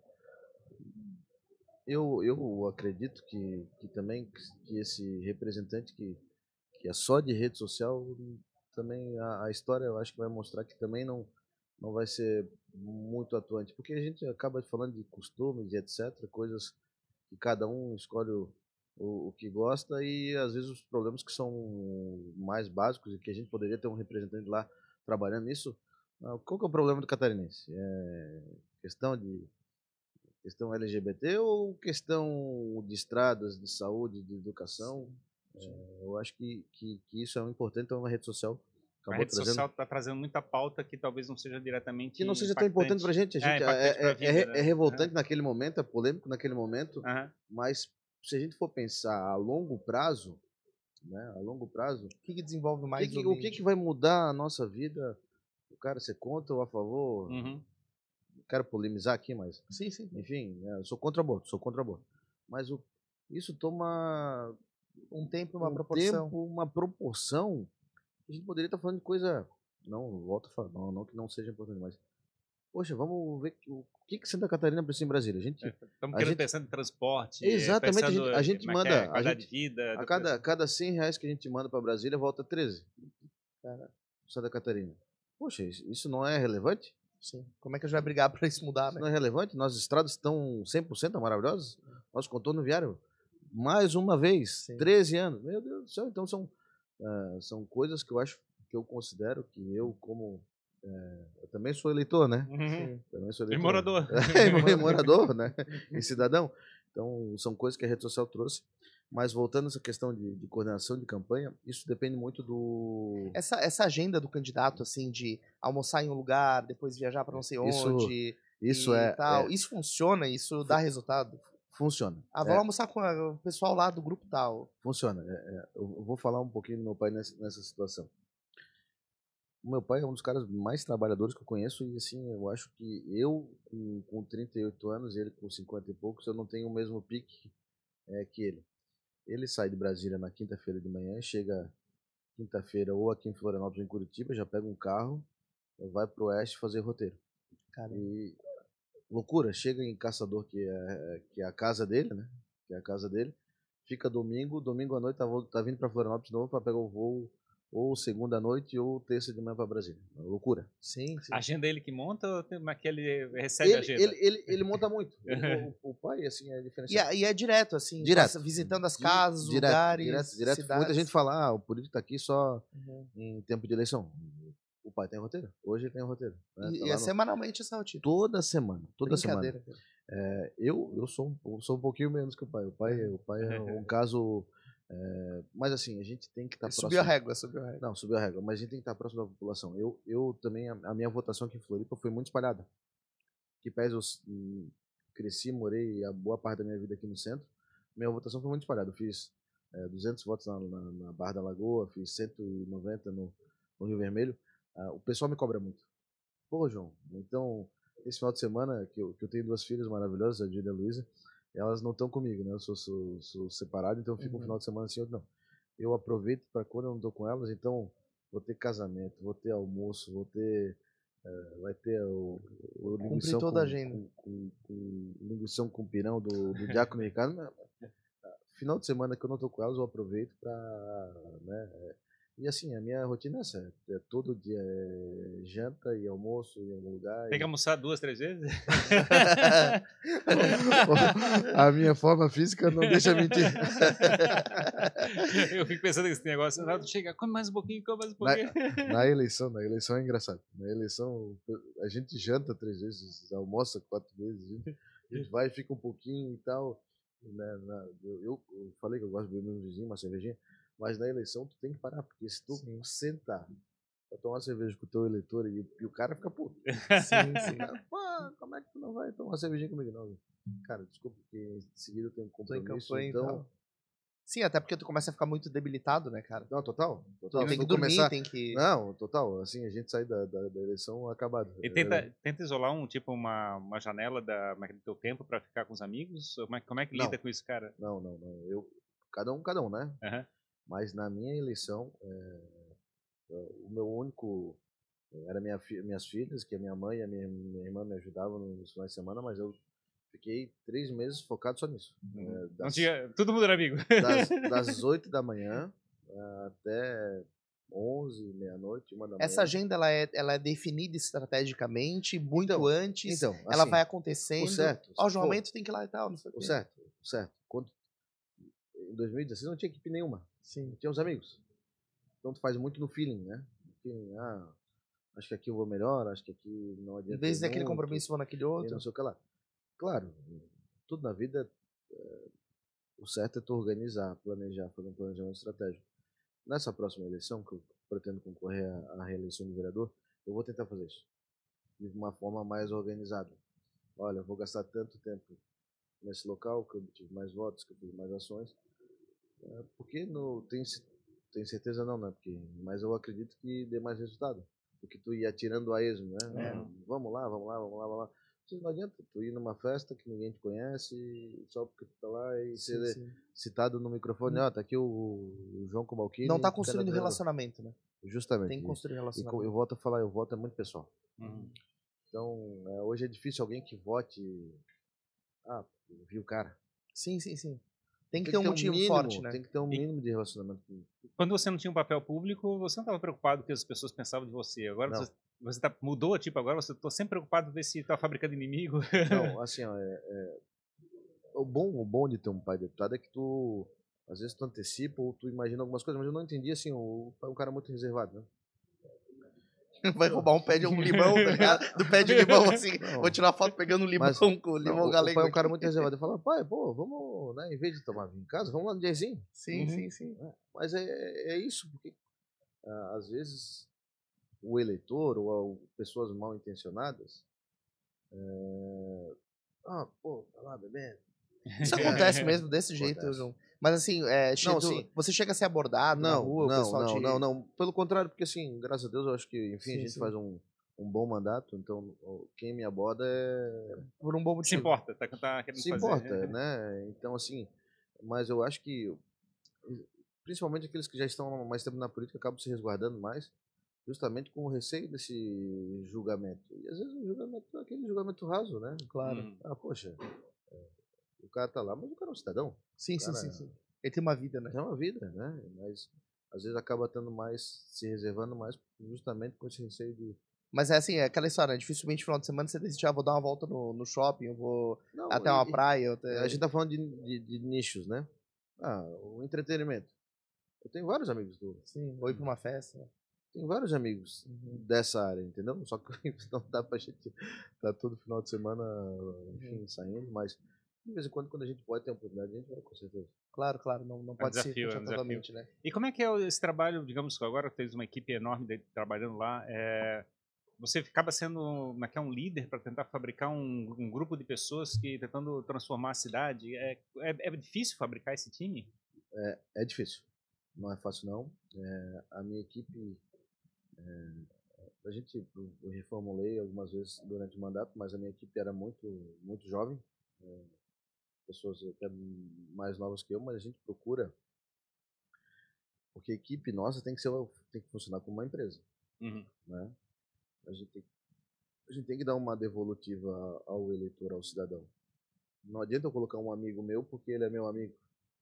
Eu acredito que também que esse representante que é só de rede social, também a história eu acho que vai mostrar que também não vai ser muito atuante, porque a gente acaba falando de costumes e etc, coisas que cada um escolhe o que gosta e às vezes os problemas que são mais básicos e que a gente poderia ter um representante lá trabalhando nisso. Qual que é o problema do catarinense? Questão LGBT ou questão de estradas, de saúde, de educação? Eu acho que isso é importante, então uma rede social A rede social está trazendo muita pauta que talvez não seja diretamente que não seja tão importante pra gente. Impactante pra vida, né? É revoltante naquele momento, é polêmico naquele momento, Aham. mas se a gente for pensar a longo prazo, né? A longo prazo, O que desenvolve o mais que vai mudar a nossa vida? O cara ser contra ou a favor? Uhum. Não quero polemizar aqui, mas Sim, sim. enfim, né, eu sou contra aborto. Mas isso toma Um tempo, uma proporção. uma proporção que a gente poderia estar falando de coisa. Não, volto a falar, não que não seja importante, mas. Poxa, vamos ver o que Santa Catarina precisa em Brasília. Estamos pensando em transporte, exatamente, pensando a gente manda. qualidade de vida. Cada R$100 que a gente manda para Brasília, volta 13. Santa Catarina. Poxa, isso não é relevante? Sim. Como é que a gente vai brigar para isso mudar, né? Não é relevante? Nossas estradas estão 100% maravilhosas? Nosso contorno viário, mais uma vez, 13 anos. Meu Deus do céu, então são coisas que eu considero que eu, como. Eu também sou eleitor, né? Uhum. Também sou eleitor. E morador. Morador, né? E cidadão. Então, são coisas que a rede social trouxe. Mas voltando a essa questão de coordenação de campanha, isso depende muito do... Essa agenda do candidato, assim, de almoçar em um lugar, depois viajar para não sei onde, isso tal. Isso funciona? Isso dá resultado? Funciona. Vamos almoçar com o pessoal lá do grupo tal. Funciona. Eu vou falar um pouquinho do meu pai nessa situação. O meu pai é um dos caras mais trabalhadores que eu conheço e, assim, eu acho que eu, com 38 anos, ele com 50 e poucos, eu não tenho o mesmo pique que ele. Ele sai de Brasília na quinta-feira de manhã, chega quinta-feira ou aqui em Florianópolis ou em Curitiba, já pega um carro, vai pro oeste fazer roteiro. Caramba. E loucura, chega em Caçador, que é a casa dele, né? Que é a casa dele. Fica domingo à noite tá vindo para Florianópolis de novo para pegar o voo ou segunda à noite ou terça de manhã para Brasília. Loucura. Sim, sim. A agenda ele que monta ou tem ele recebe a agenda? Ele monta muito. O pai, assim, é diferenciado. E é direto, assim, Direto. visitando as casas, os lugares, direto. cidades. Muita gente fala, o político tá aqui só em tempo de eleição. O pai tem roteiro. Hoje ele tem roteiro. Né? E é semanalmente essa rotina. Toda semana. Brincadeira. Eu sou um pouquinho menos que o pai. O pai é um caso... mas assim, a gente tem que estar próximo. Subiu a régua. Não, subiu a régua, mas a gente tem que estar próximo da população. Eu também, a minha votação aqui em Floripa foi muito espalhada. Que pese eu cresci, morei a boa parte da minha vida aqui no centro, minha votação foi muito espalhada. Eu fiz 200 votos na Barra da Lagoa, fiz 190 no Rio Vermelho. O pessoal me cobra muito. Pô, João, então, esse final de semana, que eu tenho duas filhas maravilhosas, a Júlia e a Luísa, elas não estão comigo, né? Eu sou separado, então eu fico um final de semana assim, outro não. Eu aproveito para quando eu não estou com elas, então vou ter casamento, vou ter almoço, vai ter o linguição toda a agenda. com linguição com pirão do Diácono Ricardo. Final de semana que eu não estou com elas, eu aproveito para, né? E assim, a minha rotina é essa, todo dia janta e almoço em algum lugar. Tem que almoçar 2, 3 vezes? A minha forma física não deixa mentir. Eu fico pensando nesse negócio, chega, come mais um pouquinho. Na eleição é engraçado. Na eleição a gente janta 3 vezes, almoça 4 vezes, a gente vai e fica um pouquinho e tal. Né, eu falei que eu gosto de beber um vizinho, uma cervejinha. Mas na eleição tu tem que parar, porque se tu sentar pra tomar cerveja com o teu eleitor e o cara fica puto. Sim. Pô, como é que tu não vai tomar cervejinha comigo? Não, cara, desculpa, porque em seguida eu tenho um compromisso, então... Sim, até porque tu começa a ficar muito debilitado, né, cara? Não, total. Tem que dormir, tem que... Não, total, assim, a gente sai da eleição acabado. E tenta isolar uma janela do teu tempo pra ficar com os amigos? Como é que lida com isso, cara? Não. Cada um, né? Uhum. Mas na minha eleição, o meu único... Era minhas filhas, que a minha mãe e a minha irmã me ajudavam nos finais de semana, mas eu fiquei 3 meses focado só nisso. Todo mundo era amigo. Das 8 da manhã até 11, meia-noite, 1 da manhã. Essa agenda ela é definida estrategicamente muito antes. Então, ela assim, vai acontecendo. O certo. João Mendes tem que ir lá e tal. Não sei o certo. Em 2016 não tinha equipe nenhuma. Sim. Tinha os amigos. Então tu faz muito no feeling, né? Acho que aqui eu vou melhor, acho que aqui não adianta. Em vez daquele compromisso, vou naquele outro. Não sei o que lá. Claro, tudo na vida, o certo é tu organizar, planejar, fazer um planejamento estratégico. Nessa próxima eleição, que eu pretendo concorrer à reeleição de vereador, eu vou tentar fazer isso de uma forma mais organizada. Olha, eu vou gastar tanto tempo nesse local, que eu tive mais votos, que eu fiz mais ações, porque não tem certeza não, né? Mas eu acredito que dê mais resultado do que tu ir atirando a esmo, né? Vamos lá, vamos lá, vamos lá, vamos lá. Não adianta tu ir numa festa que ninguém te conhece, só porque tu tá lá e ser citado no microfone, tá aqui o João Cobalcini. Não tá construindo relacionamento, né? Justamente. Tem que construir relacionamento. E eu volto a falar, o voto é muito pessoal. Então, hoje é difícil alguém que vote, viu o cara. Sim. Tem que ter um motivo forte, né? Tem que ter um mínimo de relacionamento. Quando você não tinha um papel público, você não estava preocupado com o que as pessoas pensavam de você. Agora você mudou, tipo, agora você está sempre preocupado em ver se está fabricando inimigo. Não, assim, o bom de ter um pai deputado é que tu, às vezes tu antecipa ou tu imagina algumas coisas, mas eu não entendi, assim, o pai é um cara muito reservado, né? Vai roubar um pé de um limão, tá ligado? Do pé de limão, assim. Não. Vou tirar foto pegando limão com o limão galego. O pai é um cara muito reservado. Ele fala, pai, pô, vamos, né, em vez de tomar vinho em casa, vamos lá no Jayzinho. Sim. Mas é isso, porque às vezes o eleitor ou pessoas mal intencionadas pô, tá lá bebendo. Isso acontece mesmo desse jeito, João. Mas assim, você chega a ser abordado na rua, o pessoal não. Pelo contrário, porque assim, graças a Deus, eu acho que, enfim, a gente faz um bom mandato, então quem me aborda é... Por um bom motivo. Se importa, tá querendo se fazer. importa, né? Então, assim, mas eu acho que, principalmente aqueles que já estão mais tempo na política, acabam se resguardando mais, justamente com o receio desse julgamento. E às vezes o julgamento é aquele julgamento raso, né? Claro. Poxa, o cara tá lá, mas o cara é um cidadão. Sim. Ele tem uma vida, né? Tem uma vida, né? Mas às vezes acaba tendo mais, se reservando mais, justamente com esse receio de... Mas é assim, é aquela história, né? Dificilmente no final de semana você decide, vou dar uma volta no shopping, eu vou até uma praia. A gente tá falando de nichos, né? O entretenimento. Eu tenho vários amigos Sim, vou ir pra uma festa. Tem vários amigos dessa área, entendeu? Só que não dá pra gente tá todo final de semana, enfim, saindo, mas de vez em quando a gente pode ter a oportunidade, a gente vai, com certeza. Claro, não pode ser totalmente, né? E como é que é esse trabalho, digamos que agora tens uma equipe enorme trabalhando lá, você acaba sendo um líder para tentar fabricar um grupo de pessoas que tentando transformar a cidade. É difícil fabricar esse time? É difícil. Não é fácil, não. A minha equipe... eu reformulei algumas vezes durante o mandato, mas a minha equipe era muito, muito jovem. Pessoas até mais novas que eu, mas a gente procura... Porque a equipe nossa tem que funcionar como uma empresa. Né? A gente tem que dar uma devolutiva ao eleitor, ao cidadão. Não adianta eu colocar um amigo meu porque ele é meu amigo.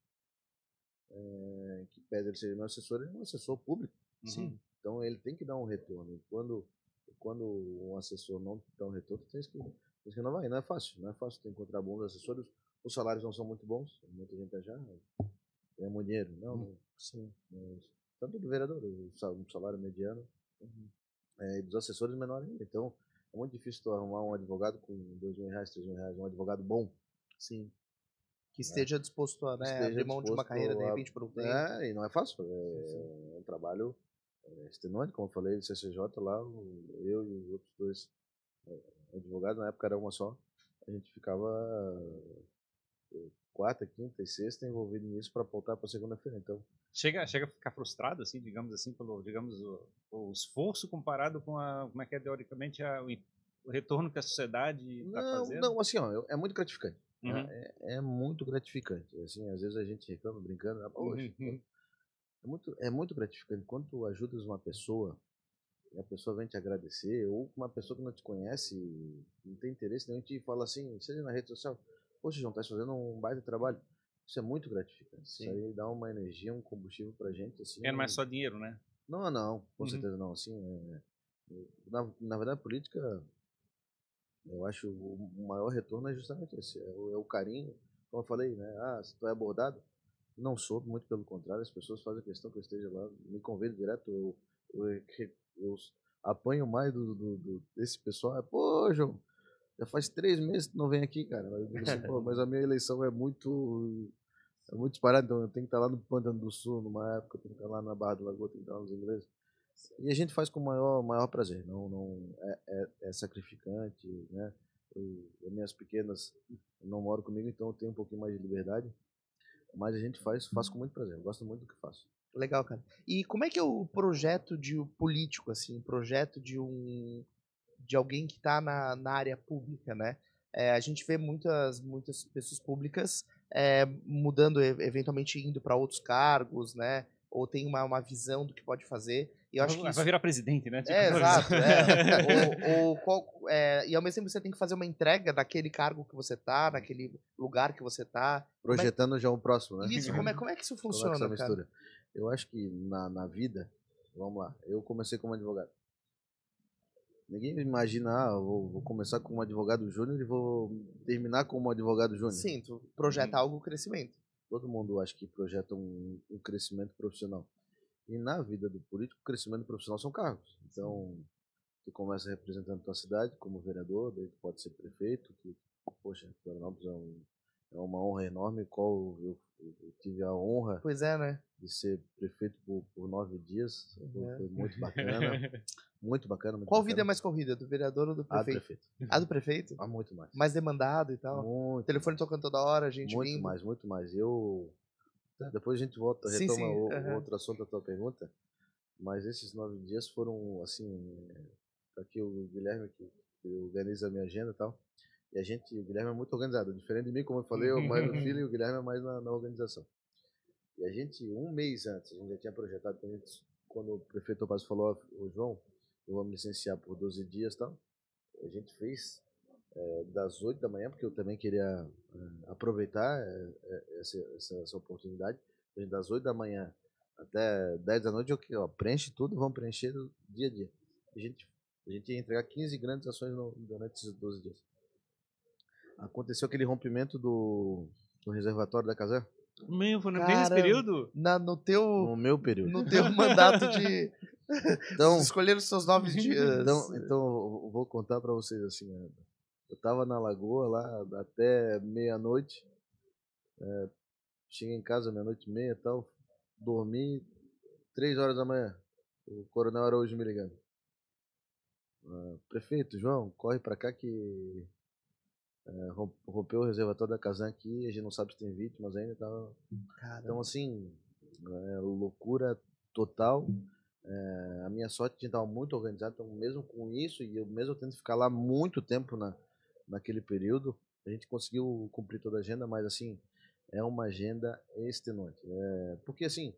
Que pede ele seja meu assessor, ele é um assessor público. Sim. Então ele tem que dar um retorno. E quando um assessor não dá um retorno, tu tens que renovar. E não é fácil. Não é fácil tu encontrar bons assessores. Os salários não são muito bons. Muita gente já ganha muito dinheiro. Sim. Tanto do vereador, um salário mediano. E dos assessores menor ainda. Então é muito difícil tu arrumar um advogado com R$2.000, R$3.000, um advogado bom. Sim. Que esteja disposto a abrir mão de uma carreira, de repente, por um tempo. E não é fácil. É um trabalho extenuante, como eu falei, do CCJ lá, eu e os outros dois advogados, na época era uma só, a gente ficava quarta, quinta e sexta envolvido nisso para voltar para segunda-feira. Então chega a ficar frustrado, assim, digamos assim, pelo o esforço comparado com como é que é teoricamente o retorno que a sociedade está fazendo? Não, assim, é muito gratificante. É muito gratificante. Assim, às vezes a gente reclama brincando, é muito gratificante quando tu ajudas uma pessoa e a pessoa vem te agradecer, ou uma pessoa que não te conhece, não tem interesse nenhum, te fala assim, seja na rede social, poxa, João, tá fazendo um baita trabalho. Isso é muito gratificante. Sim. Isso aí dá uma energia, um combustível pra gente. Assim, não é só dinheiro, né? Não, com certeza não. Assim, na verdade, a política, eu acho o maior retorno é justamente esse, é o carinho. Como eu falei, né? Se tu é abordado, não sou, muito pelo contrário, as pessoas fazem questão que eu esteja lá, me convidam direto, eu apanho mais desse pessoal. Pô, João, já faz 3 meses que tu não vem aqui, cara. Eu digo assim, pô, mas a minha eleição é muito disparada, então eu tenho que estar lá no Pântano do Sul numa época, eu tenho que estar lá na Barra do Lagoa, tenho que estar nos ingleses. E a gente faz com o maior prazer, não é sacrificante, né? As minhas pequenas não moram comigo, então eu tenho um pouquinho mais de liberdade, mas a gente faz com muito prazer, eu gosto muito do que faço. Legal, cara. E como é que é o projeto de um político, assim, o projeto de alguém que está na área pública, né? A gente vê muitas pessoas públicas mudando, eventualmente indo para outros cargos, né? Ou tem uma visão do que pode fazer. E eu acho que Vai isso. virar presidente, né? Tipo, Exato. E ao mesmo tempo você tem que fazer uma entrega daquele cargo que você tá, naquele lugar que você tá. Projetando já o próximo, né? Isso, como é que isso Como é que essa funciona, cara? mistura? Eu acho que na vida, vamos lá, eu comecei como advogado. Ninguém imagina, vou começar como advogado júnior e vou terminar como advogado júnior. Sim, tu projeta algo crescimento. Todo mundo acha que projeta um crescimento profissional. E na vida do político, o crescimento profissional são cargos. Então, tu começa representando tua cidade como vereador, daí tu pode ser prefeito, que, poxa, Florianópolis é uma honra enorme, qual eu tive a honra Pois é, né? de ser prefeito por 9 dias. Uhum. Foi muito bacana. Muito bacana, muito Qual bacana. vida é mais corrida, do vereador ou do A do prefeito? prefeito. A do prefeito? Há muito mais. Mais demandado e tal? Muito Telefone mais. tocando toda hora, gente Muito vindo. mais, muito mais. Depois a gente volta, Sim, retoma sim. outro assunto da tua pergunta, mas esses 9 dias foram, assim, aqui o Guilherme que organiza a minha agenda e tal, e o Guilherme é muito organizado, diferente de mim, como eu falei, eu mais no filho e o Guilherme é mais na organização. E a gente, um mês antes, a gente já tinha projetado, quando o prefeito Topaz falou, ô João, eu vou me licenciar por 12 dias e tal, a gente fez das 8 da manhã, porque eu também queria aproveitar essa oportunidade, das 8 da manhã até 10 da noite, preenche tudo, vamos preencher dia a dia. A gente ia entregar 15 grandes ações durante esses 12 dias. Aconteceu aquele rompimento do reservatório da Casé. Foi bem nesse período? No meu período. No teu mandato de. Então, escolheram os seus 9 dias. Então eu vou contar para vocês assim. Eu tava na lagoa lá até meia-noite. Cheguei em casa meia-noite e meia e tal. Dormi 3 horas da manhã. O coronel Araújo me ligando. Prefeito, João, corre para cá que rompeu o reservatório da Casan aqui. A gente não sabe se tem vítimas ainda. Tá? Então, assim, loucura total. A minha sorte é que a gente estava muito organizado. Então, mesmo com isso, e eu mesmo tendo que ficar lá muito tempo naquele período, a gente conseguiu cumprir toda a agenda, mas assim, é uma agenda extenuante. Porque assim,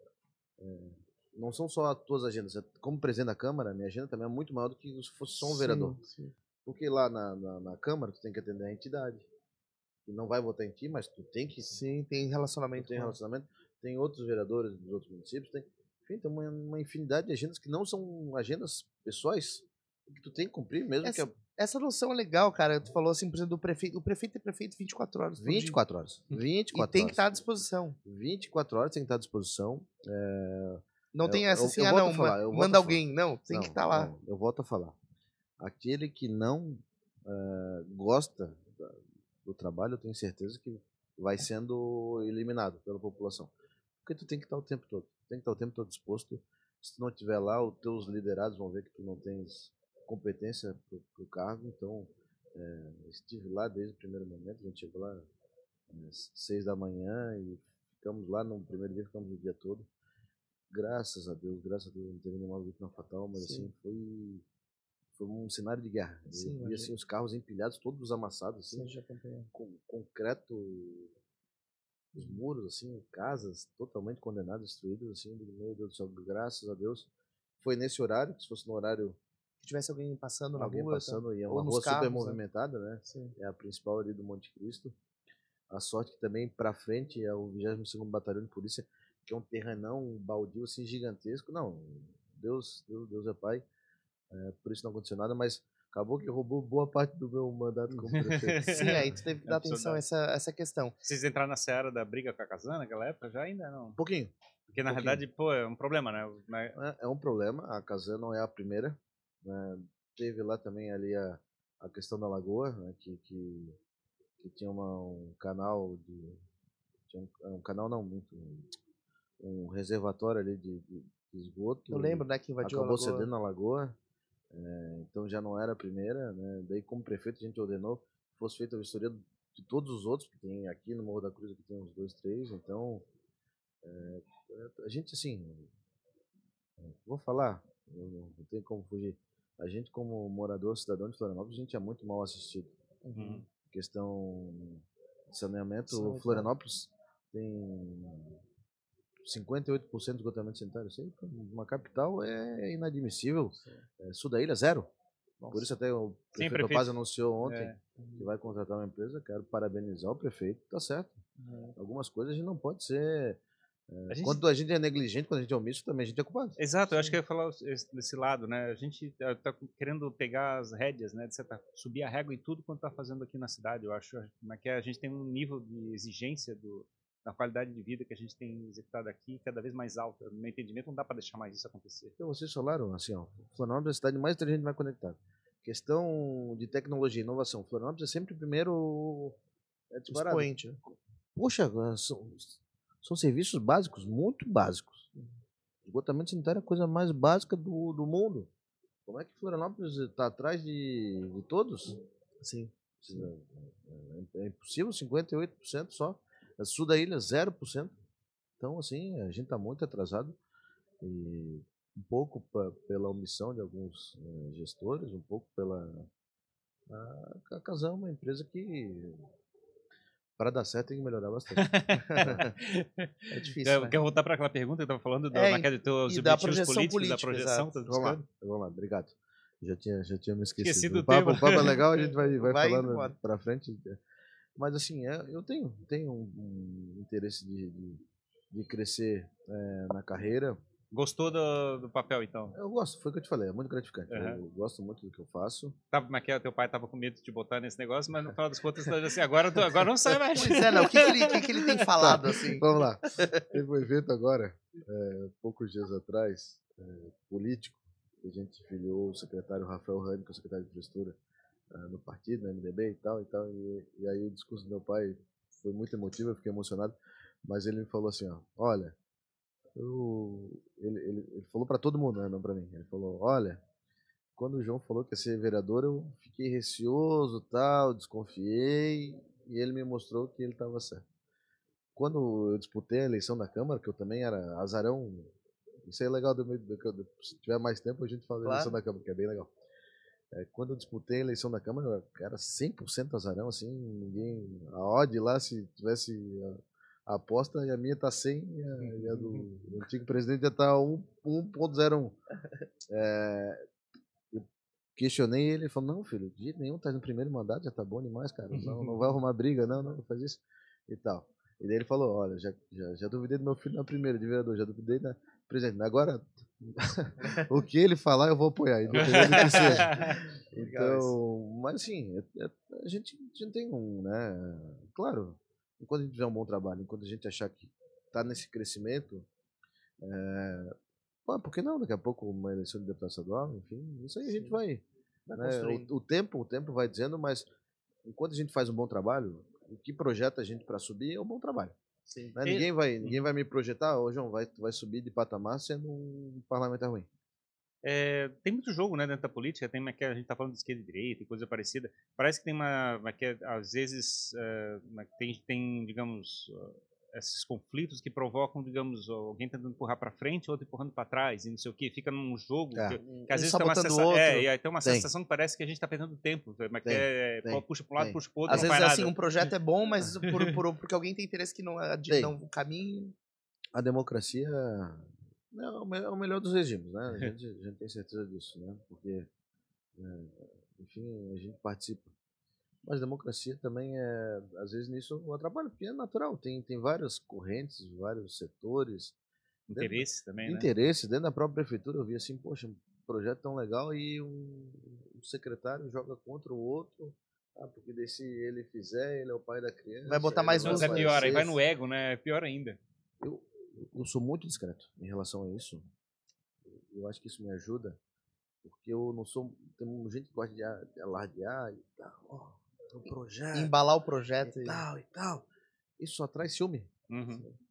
não são só as tuas agendas. Como presidente da Câmara, minha agenda também é muito maior do que se fosse só um vereador. Sim. Porque lá na Câmara, tu tem que atender a entidade, que não vai votar em ti, mas tu tem que... Sim, tem relacionamento. Tem outros vereadores dos outros municípios, enfim, tem uma infinidade de agendas que não são agendas pessoais, que tu tem que cumprir mesmo. Essa noção é legal, cara. Tu falou assim, por exemplo, do prefeito. O prefeito é prefeito 24 horas. 24 horas. 24 e tem que estar à disposição. 24 horas tem que estar à disposição. Não tem essa assim, não, manda alguém. Não, tem que estar lá. Não, eu volto a falar. Aquele que não gosta do trabalho, eu tenho certeza que vai sendo eliminado pela população. Porque tu tem que estar o tempo todo. Tem que estar o tempo todo disposto. Se tu não estiver lá, os teus liderados vão ver que tu não tens competência para o cargo. Então, estive lá desde o primeiro momento. A gente chegou lá às 6 da manhã e ficamos lá no primeiro dia, ficamos o dia todo. Graças a Deus, não teve nenhuma vítima fatal, mas Sim. assim, foi um cenário de guerra. Sim, eu vi assim, os carros empilhados, todos amassados, assim, com concreto, os muros, assim, casas totalmente condenadas, destruídas, assim, meu Deus do céu, graças a Deus. Foi nesse horário, se fosse no horário que tivesse alguém passando na rua, passando, e é uma rua super movimentada, né? Sim. É a principal ali do Monte Cristo. A sorte que também para frente é o 22º Batalhão de Polícia, que é um terrenão, um baldio assim gigantesco. Não, Deus é pai. Por isso não aconteceu nada, mas acabou que roubou boa parte do meu mandato como prefeito. Sim, aí tu teve que dar atenção a essa questão. Vocês entraram na seara da briga com a Casan naquela época? Já ainda não? Um pouquinho. Porque na realidade, pô, é um problema, né? É um problema, a Casan não é a primeira. Teve lá também ali a questão da lagoa, né, que tinha um canal tinha um canal não, muito um reservatório ali de esgoto. Eu lembro, né, que invadiu acabou a lagoa. cedendo a lagoa, então já não era a primeira, né? Daí, como prefeito, a gente ordenou que fosse feita a vistoria de todos os outros, que tem aqui no Morro da Cruz, aqui tem uns 2, 3, então a gente, assim, vou falar, não tem como fugir, a gente como morador, cidadão de Florianópolis, a gente é muito mal assistido. Uhum. Questão de saneamento, Florianópolis tem 58% de esgotamento sanitário. Isso aí, uma capital, é inadmissível. Sul da ilha, 0. Nossa. Por isso até o prefeito Topaz anunciou ontem que vai contratar uma empresa. Quero parabenizar o prefeito, tá certo. Algumas coisas a gente não pode ser... Quando a gente é negligente, quando a gente é omisso, também a gente é culpado. Exato, eu acho que eu ia falar desse lado, né? A gente tá querendo pegar as rédeas, né? Subir a régua em tudo quanto tá fazendo aqui na cidade. Eu acho que a gente tem um nível de exigência da qualidade de vida que a gente tem executado aqui cada vez mais alta. No meu entendimento, não dá para deixar mais isso acontecer. Então, vocês falaram assim, ó, Florianópolis é a cidade mais inteligente e mais conectada. Questão de tecnologia e inovação. Florianópolis é sempre o primeiro expoente, né? Poxa, são serviços básicos, muito básicos. Esgotamento sanitário é a coisa mais básica do mundo. Como é que Florianópolis está atrás de todos? Sim. É impossível, 58% só. Sul da ilha, 0%. Então, assim, a gente está muito atrasado. E um pouco pela omissão de alguns gestores, um pouco pela... A Casam é uma empresa que... Para dar certo tem que melhorar bastante. É difícil, né? Quer voltar para aquela pergunta que eu estava falando dos teus e da objetivos projeção políticos, da projeção? Vamos lá, obrigado. Já tinha me esquecido. Esqueci do o papo é legal, a gente vai falando para frente. Mas assim, eu tenho um interesse de crescer na carreira. Gostou do papel, então? Eu gosto, foi o que eu te falei, é muito gratificante. Eu gosto muito do que eu faço. Teu pai estava com medo de te botar nesse negócio, mas no final das contas, assim, agora não sai mais. Pois é, não. O que ele tem falado, assim? Vamos lá. Teve um evento agora, poucos dias atrás, político, que a gente filiou o secretário Rafael Rani, que é o secretário de Infraestrutura, no partido, no MDB e tal. E aí o discurso do meu pai foi muito emotivo, eu fiquei emocionado, mas ele me falou assim, ó, olha, ele falou para todo mundo, né, não para mim. Ele falou, olha, quando o João falou que ia ser vereador, eu fiquei receoso, tal, desconfiei, e ele me mostrou que ele estava certo. Quando eu disputei a eleição da Câmara, que eu também era azarão, isso é legal, se tiver mais tempo a gente fala da eleição da Câmara, que é bem legal. Quando eu disputei a eleição da Câmara, eu era 100% azarão, assim, ninguém, a odd lá, se tivesse a aposta, e a minha tá 100, e a do antigo presidente já tá 1.01. Eu questionei ele, ele falou, não, filho, de jeito nenhum, tá no primeiro mandato, já tá bom demais, cara, não vai arrumar briga, não faz isso, e tal. E daí ele falou, olha, já duvidei do meu filho na primeira, de vereador, já duvidei na presidente, agora o que ele falar eu vou apoiar, independente do que seja. Então, mas assim, a gente tem né, claro, enquanto a gente fizer um bom trabalho, enquanto a gente achar que está nesse crescimento, por que não? Daqui a pouco uma eleição de deputado estadual, enfim, isso aí a gente vai né, o tempo vai dizendo, mas enquanto a gente faz um bom trabalho, o que projeta a gente para subir é um bom trabalho. Sim. Né? Ninguém vai me projetar, João, vai subir de patamar sendo um parlamentar ruim. Tem muito jogo, né, dentro da política, a gente está falando de esquerda e direita e coisa parecida. Parece que tem às vezes, tem, digamos, esses conflitos que provocam, digamos, alguém tentando empurrar para frente, outro empurrando para trás, e não sei o que, fica num jogo que às vezes tem uma sensação, e aí tem uma sensação que parece que a gente está perdendo tempo, puxa para um lado, puxa para o outro, às vezes assim, um projeto é bom, mas porque alguém tem interesse que não o caminho... A democracia é o melhor dos regimes, né? A gente tem certeza disso, né? Porque, enfim, a gente participa. Mas democracia também às vezes nisso atrapalha, porque é natural, tem várias correntes, vários setores. Interesses também, né? Interesses, dentro da própria prefeitura eu vi assim, poxa, um projeto tão legal e um secretário joga contra o outro, porque daí se ele fizer, ele é o pai da criança. Vai botar mais luz. Mas é pior, aí vai no ego, né? É pior ainda. Eu sou muito discreto em relação a isso. Eu acho que isso me ajuda, porque eu não sou... Tem gente que gosta de alardear e tal, um projeto. Embalar o projeto. E tal. Isso só traz ciúme. Uhum.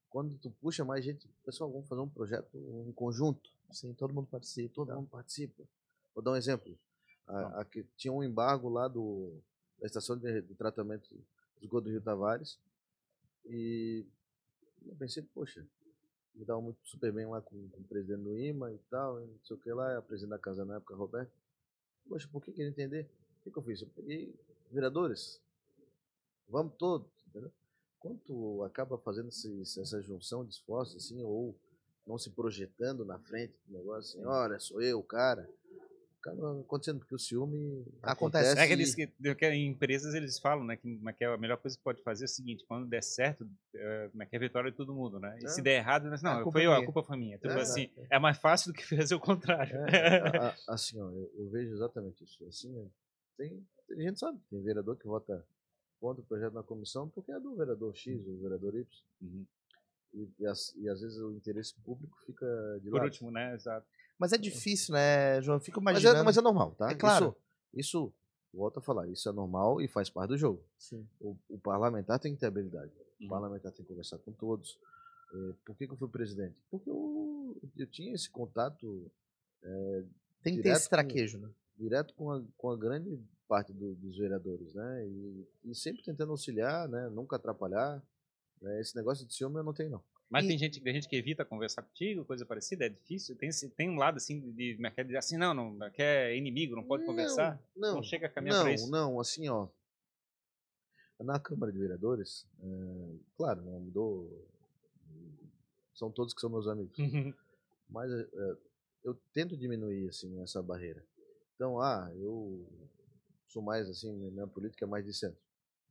quando tu puxa mais gente, pessoal, vamos fazer um projeto em conjunto. Sim, todo mundo participa. Todo mundo participa. Vou dar um exemplo. Aqui, tinha um embargo lá da estação de tratamento do esgoto do Rio Tavares. E eu pensei, poxa, me dava muito super bem lá com o presidente do IMA e tal, não sei o que lá, a presidente da casa na época, Roberto. Poxa, por que ele entender? O que eu fiz? Eu peguei vereadores, vamos todos, entendeu? Quando tu acaba fazendo essa junção de esforços, assim, ou não se projetando na frente do negócio, assim, olha, sou eu, o cara, acaba acontecendo, porque o ciúme acontece. É que eles, que em empresas eles falam, né, que a melhor coisa que pode fazer é o seguinte, quando der certo, é a vitória de todo mundo, né? E se der errado, não, foi eu, a culpa foi minha. Tudo assim, é mais fácil do que fazer o contrário. Assim, ó, eu vejo exatamente isso. Assim, tem gente sabe, tem vereador que vota contra o projeto na comissão porque é do vereador X ou do vereador Y. Uhum. E às vezes o interesse público fica de Por lado. último, né? Exato. Mas é difícil, né, João? Eu fico imaginando. Mas é normal, tá? É claro. Isso, volto a falar, isso é normal e faz parte do jogo. Sim. O parlamentar tem que ter habilidade. Uhum. O parlamentar tem que conversar com todos. Por que eu fui presidente? Porque eu tinha esse contato. Tem que ter esse traquejo, né? Direto com a grande parte dos vereadores, né? E sempre tentando auxiliar, né? Nunca atrapalhar. Né? Esse negócio de ciúme eu não tenho, não. Mas tem gente que evita conversar contigo, coisa parecida, é difícil? Tem um lado assim de quer dizer assim, não, que é inimigo, não pode conversar? Não chega a caminhar para isso? Não, assim, ó. Na Câmara de Vereadores, claro, não mudou. São todos que são meus amigos. Mas eu tento diminuir, assim, essa barreira. Então, eu sou mais, assim, minha política é mais de centro.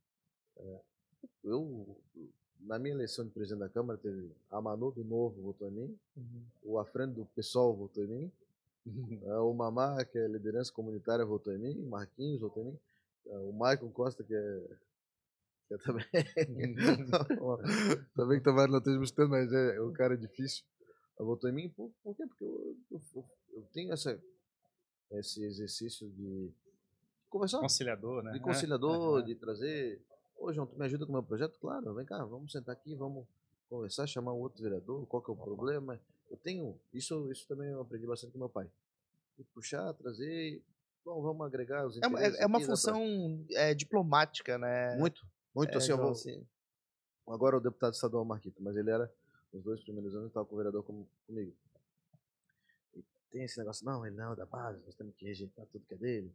Na minha eleição de presidente da Câmara, teve a Manu do Novo votou em mim, o Afrânio do PSOL votou em mim, o Mamá, que é liderança comunitária, votou em mim, Marquinhos votou em mim, o Maicon Costa, que é também. Também que tomara não esteja gostando, mas é um cara difícil. Votou em mim. Por quê? Porque eu tenho esse exercício de conversar. Conciliador, né? De conciliador, de trazer. Ô, João, tu me ajuda com o meu projeto? Claro, vem cá, vamos sentar aqui, vamos conversar, chamar um outro vereador, qual que é o problema. Eu tenho. Isso também eu aprendi bastante com meu pai. E puxar, trazer. Bom, vamos agregar os interesses. É uma função diplomática, né? Muito. Assim, João, agora o deputado estadual Marquito, mas ele era, os 2 primeiros anos, estava com o vereador comigo. E tem esse negócio, não, ele não é da base, nós temos que rejeitar tudo que é dele.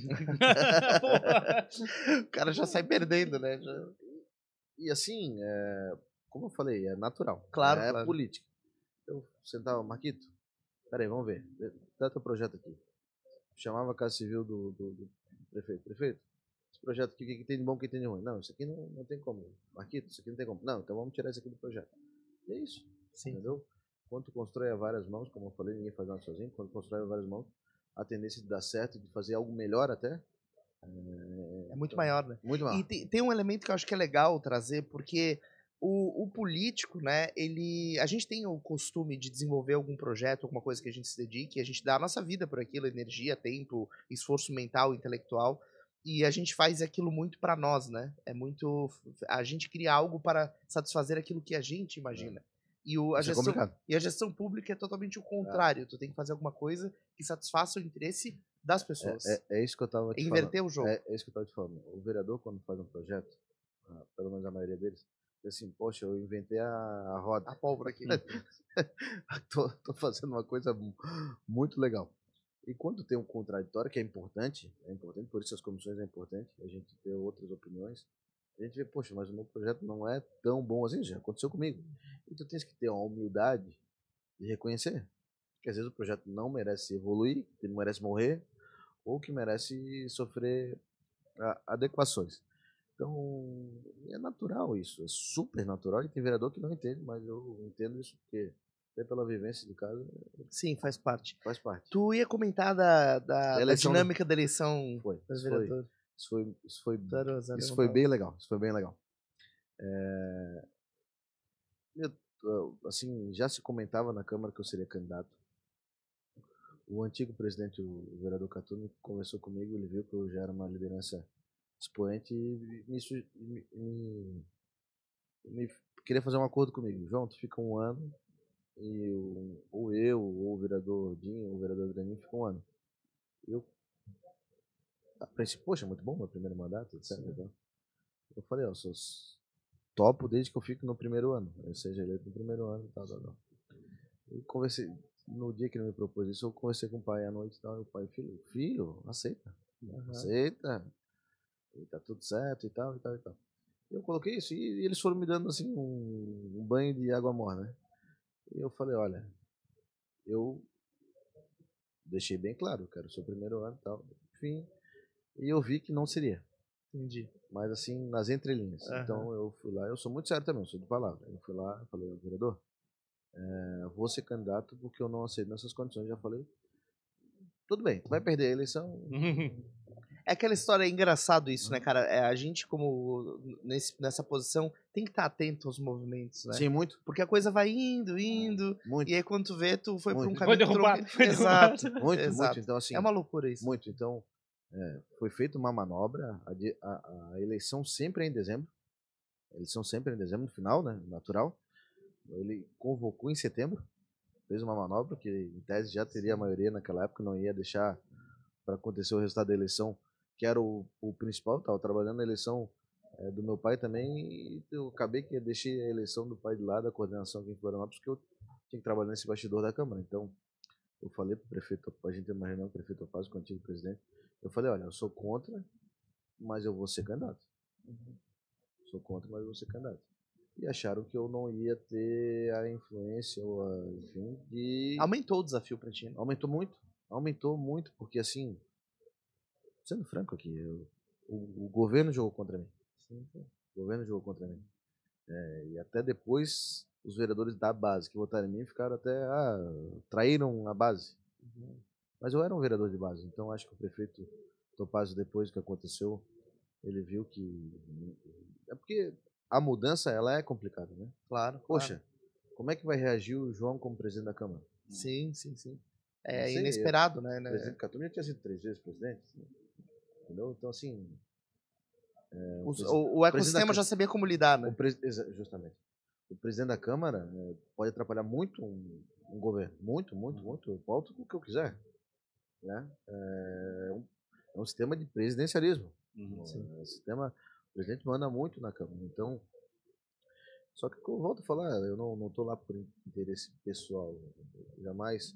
O cara já sai perdendo, né? E assim, como eu falei, é natural. Claro, é política. Eu sentava, Marquito, peraí, vamos ver, dá teu projeto aqui. Chamava a Casa Civil do prefeito. Prefeito, esse projeto aqui, o que tem de bom, o que tem de ruim? Não, isso aqui não tem como. Marquito, isso aqui não tem como. Não, então vamos tirar isso aqui do projeto. E é isso. Sim. Entendeu? Quando tu constrói a várias mãos, como eu falei, ninguém faz nada sozinho. Quando constrói a várias mãos, a tendência de dar certo, de fazer algo melhor até, é muito maior, né? Muito maior. E tem um elemento que eu acho que é legal trazer, porque o político, né, a gente tem o costume de desenvolver algum projeto, alguma coisa que a gente se dedique, a gente dá a nossa vida por aquilo, energia, tempo, esforço mental, intelectual, e a gente faz aquilo muito para nós, né? A gente cria algo para satisfazer aquilo que a gente imagina. E a gestão pública é totalmente o contrário. Tu tem que fazer alguma coisa que satisfaça o interesse das pessoas. É isso que eu estava te Inverter falando. o jogo. É isso que eu estava te falando. O vereador, quando faz um projeto, pelo menos a maioria deles, diz assim, poxa, eu inventei a roda. A pólvora aqui. tô fazendo uma coisa muito legal. E quando tem um contraditório, que é importante, por isso as comissões é importante, a gente ter outras opiniões, a gente vê, poxa, mas o meu projeto não é tão bom assim, já aconteceu comigo. Então tem que ter uma humildade de reconhecer que às vezes o projeto não merece evoluir, que não merece morrer, ou que merece sofrer adequações. Então, é natural isso, é super natural, e tem vereador que não entende, mas eu entendo isso porque até pela vivência de casa. Sim, faz parte. Faz parte. Tu ia comentar da dinâmica da eleição dos vereadores. Isso foi bem legal. Isso foi bem legal. Assim, já se comentava na Câmara que eu seria candidato. O antigo presidente, o vereador Catuni, conversou comigo, ele viu que eu já era uma liderança expoente e queria fazer um acordo comigo. João, tu fica um ano e ou eu, ou o vereador Dinho, ou o vereador Draninho fica um ano. Eu pensei, poxa, muito bom meu primeiro mandato, etc. Então, eu falei, ó, sou topo desde que eu fico no primeiro ano. Eu seja eleito no primeiro ano e tal. Eu conversei, no dia que ele me propôs isso, eu conversei com o pai à noite e tal. E o pai, filho, aceita. Aceita. E tá tudo certo e tal, e tal, e tal. Eu coloquei isso e eles foram me dando assim um banho de água morna, né? E eu falei, olha, eu deixei bem claro, eu quero o seu primeiro ano e tal. Enfim, e eu vi que não seria. Entendi. Mas assim, nas entrelinhas. Então eu fui lá, eu sou muito sério também, eu sou de palavra. Eu fui lá, falei, vereador, eu vou ser candidato porque eu não aceito nessas condições. Já falei, tudo bem, tu vai perder a eleição. É aquela história, é engraçado isso, né, cara? A gente, como nessa posição, tem que estar atento aos movimentos, né? Sim, muito. Porque a coisa vai indo, Muito. E aí quando tu vê, tu foi por um Foi caminho derrubado. Exato. Muito, Exato. muito. Então, assim, é uma loucura isso. Muito. Então, foi feita uma manobra. A eleição sempre é em dezembro. A eleição sempre é em dezembro, no final, né? Natural. Ele convocou em setembro. Fez uma manobra que, em tese, já teria a maioria naquela época. Não ia deixar para acontecer o resultado da eleição, que era o principal. Estava trabalhando na eleição do meu pai também. E eu acabei que deixei a eleição do pai de lado, a coordenação aqui em Florianópolis, porque eu tinha que trabalhar nesse bastidor da Câmara. Então, eu falei para o prefeito, a gente teve uma reunião com o prefeito Opaz, com o antigo presidente. Eu falei, olha, eu sou contra, mas eu vou ser candidato. Sou contra, mas eu vou ser candidato. E acharam que eu não ia ter a influência, ou enfim, de... Aumentou o desafio pra ti, né? Aumentou muito, porque assim, sendo franco aqui, o governo jogou contra mim. O governo jogou contra mim. E até depois, os vereadores da base que votaram em mim ficaram até, traíram a base. Mas eu era um vereador de base, então acho que o prefeito Topazio, depois que aconteceu, ele viu que... É porque a mudança, ela é complicada, né? Claro. Poxa, como é que vai reagir o João como presidente da Câmara? Sim. Não É sei, inesperado, né? O presidente Catum já tinha sido 3 vezes presidente, entendeu? Então, assim... O ecossistema já sabia como lidar, né? Justamente. O presidente da Câmara pode atrapalhar muito um governo. Muito. Eu volto com o que eu quiser. Né? É um sistema de presidencialismo. É um sistema, o presidente manda muito na Câmara. Então, só que eu volto a falar, eu não estou lá por interesse pessoal. Jamais,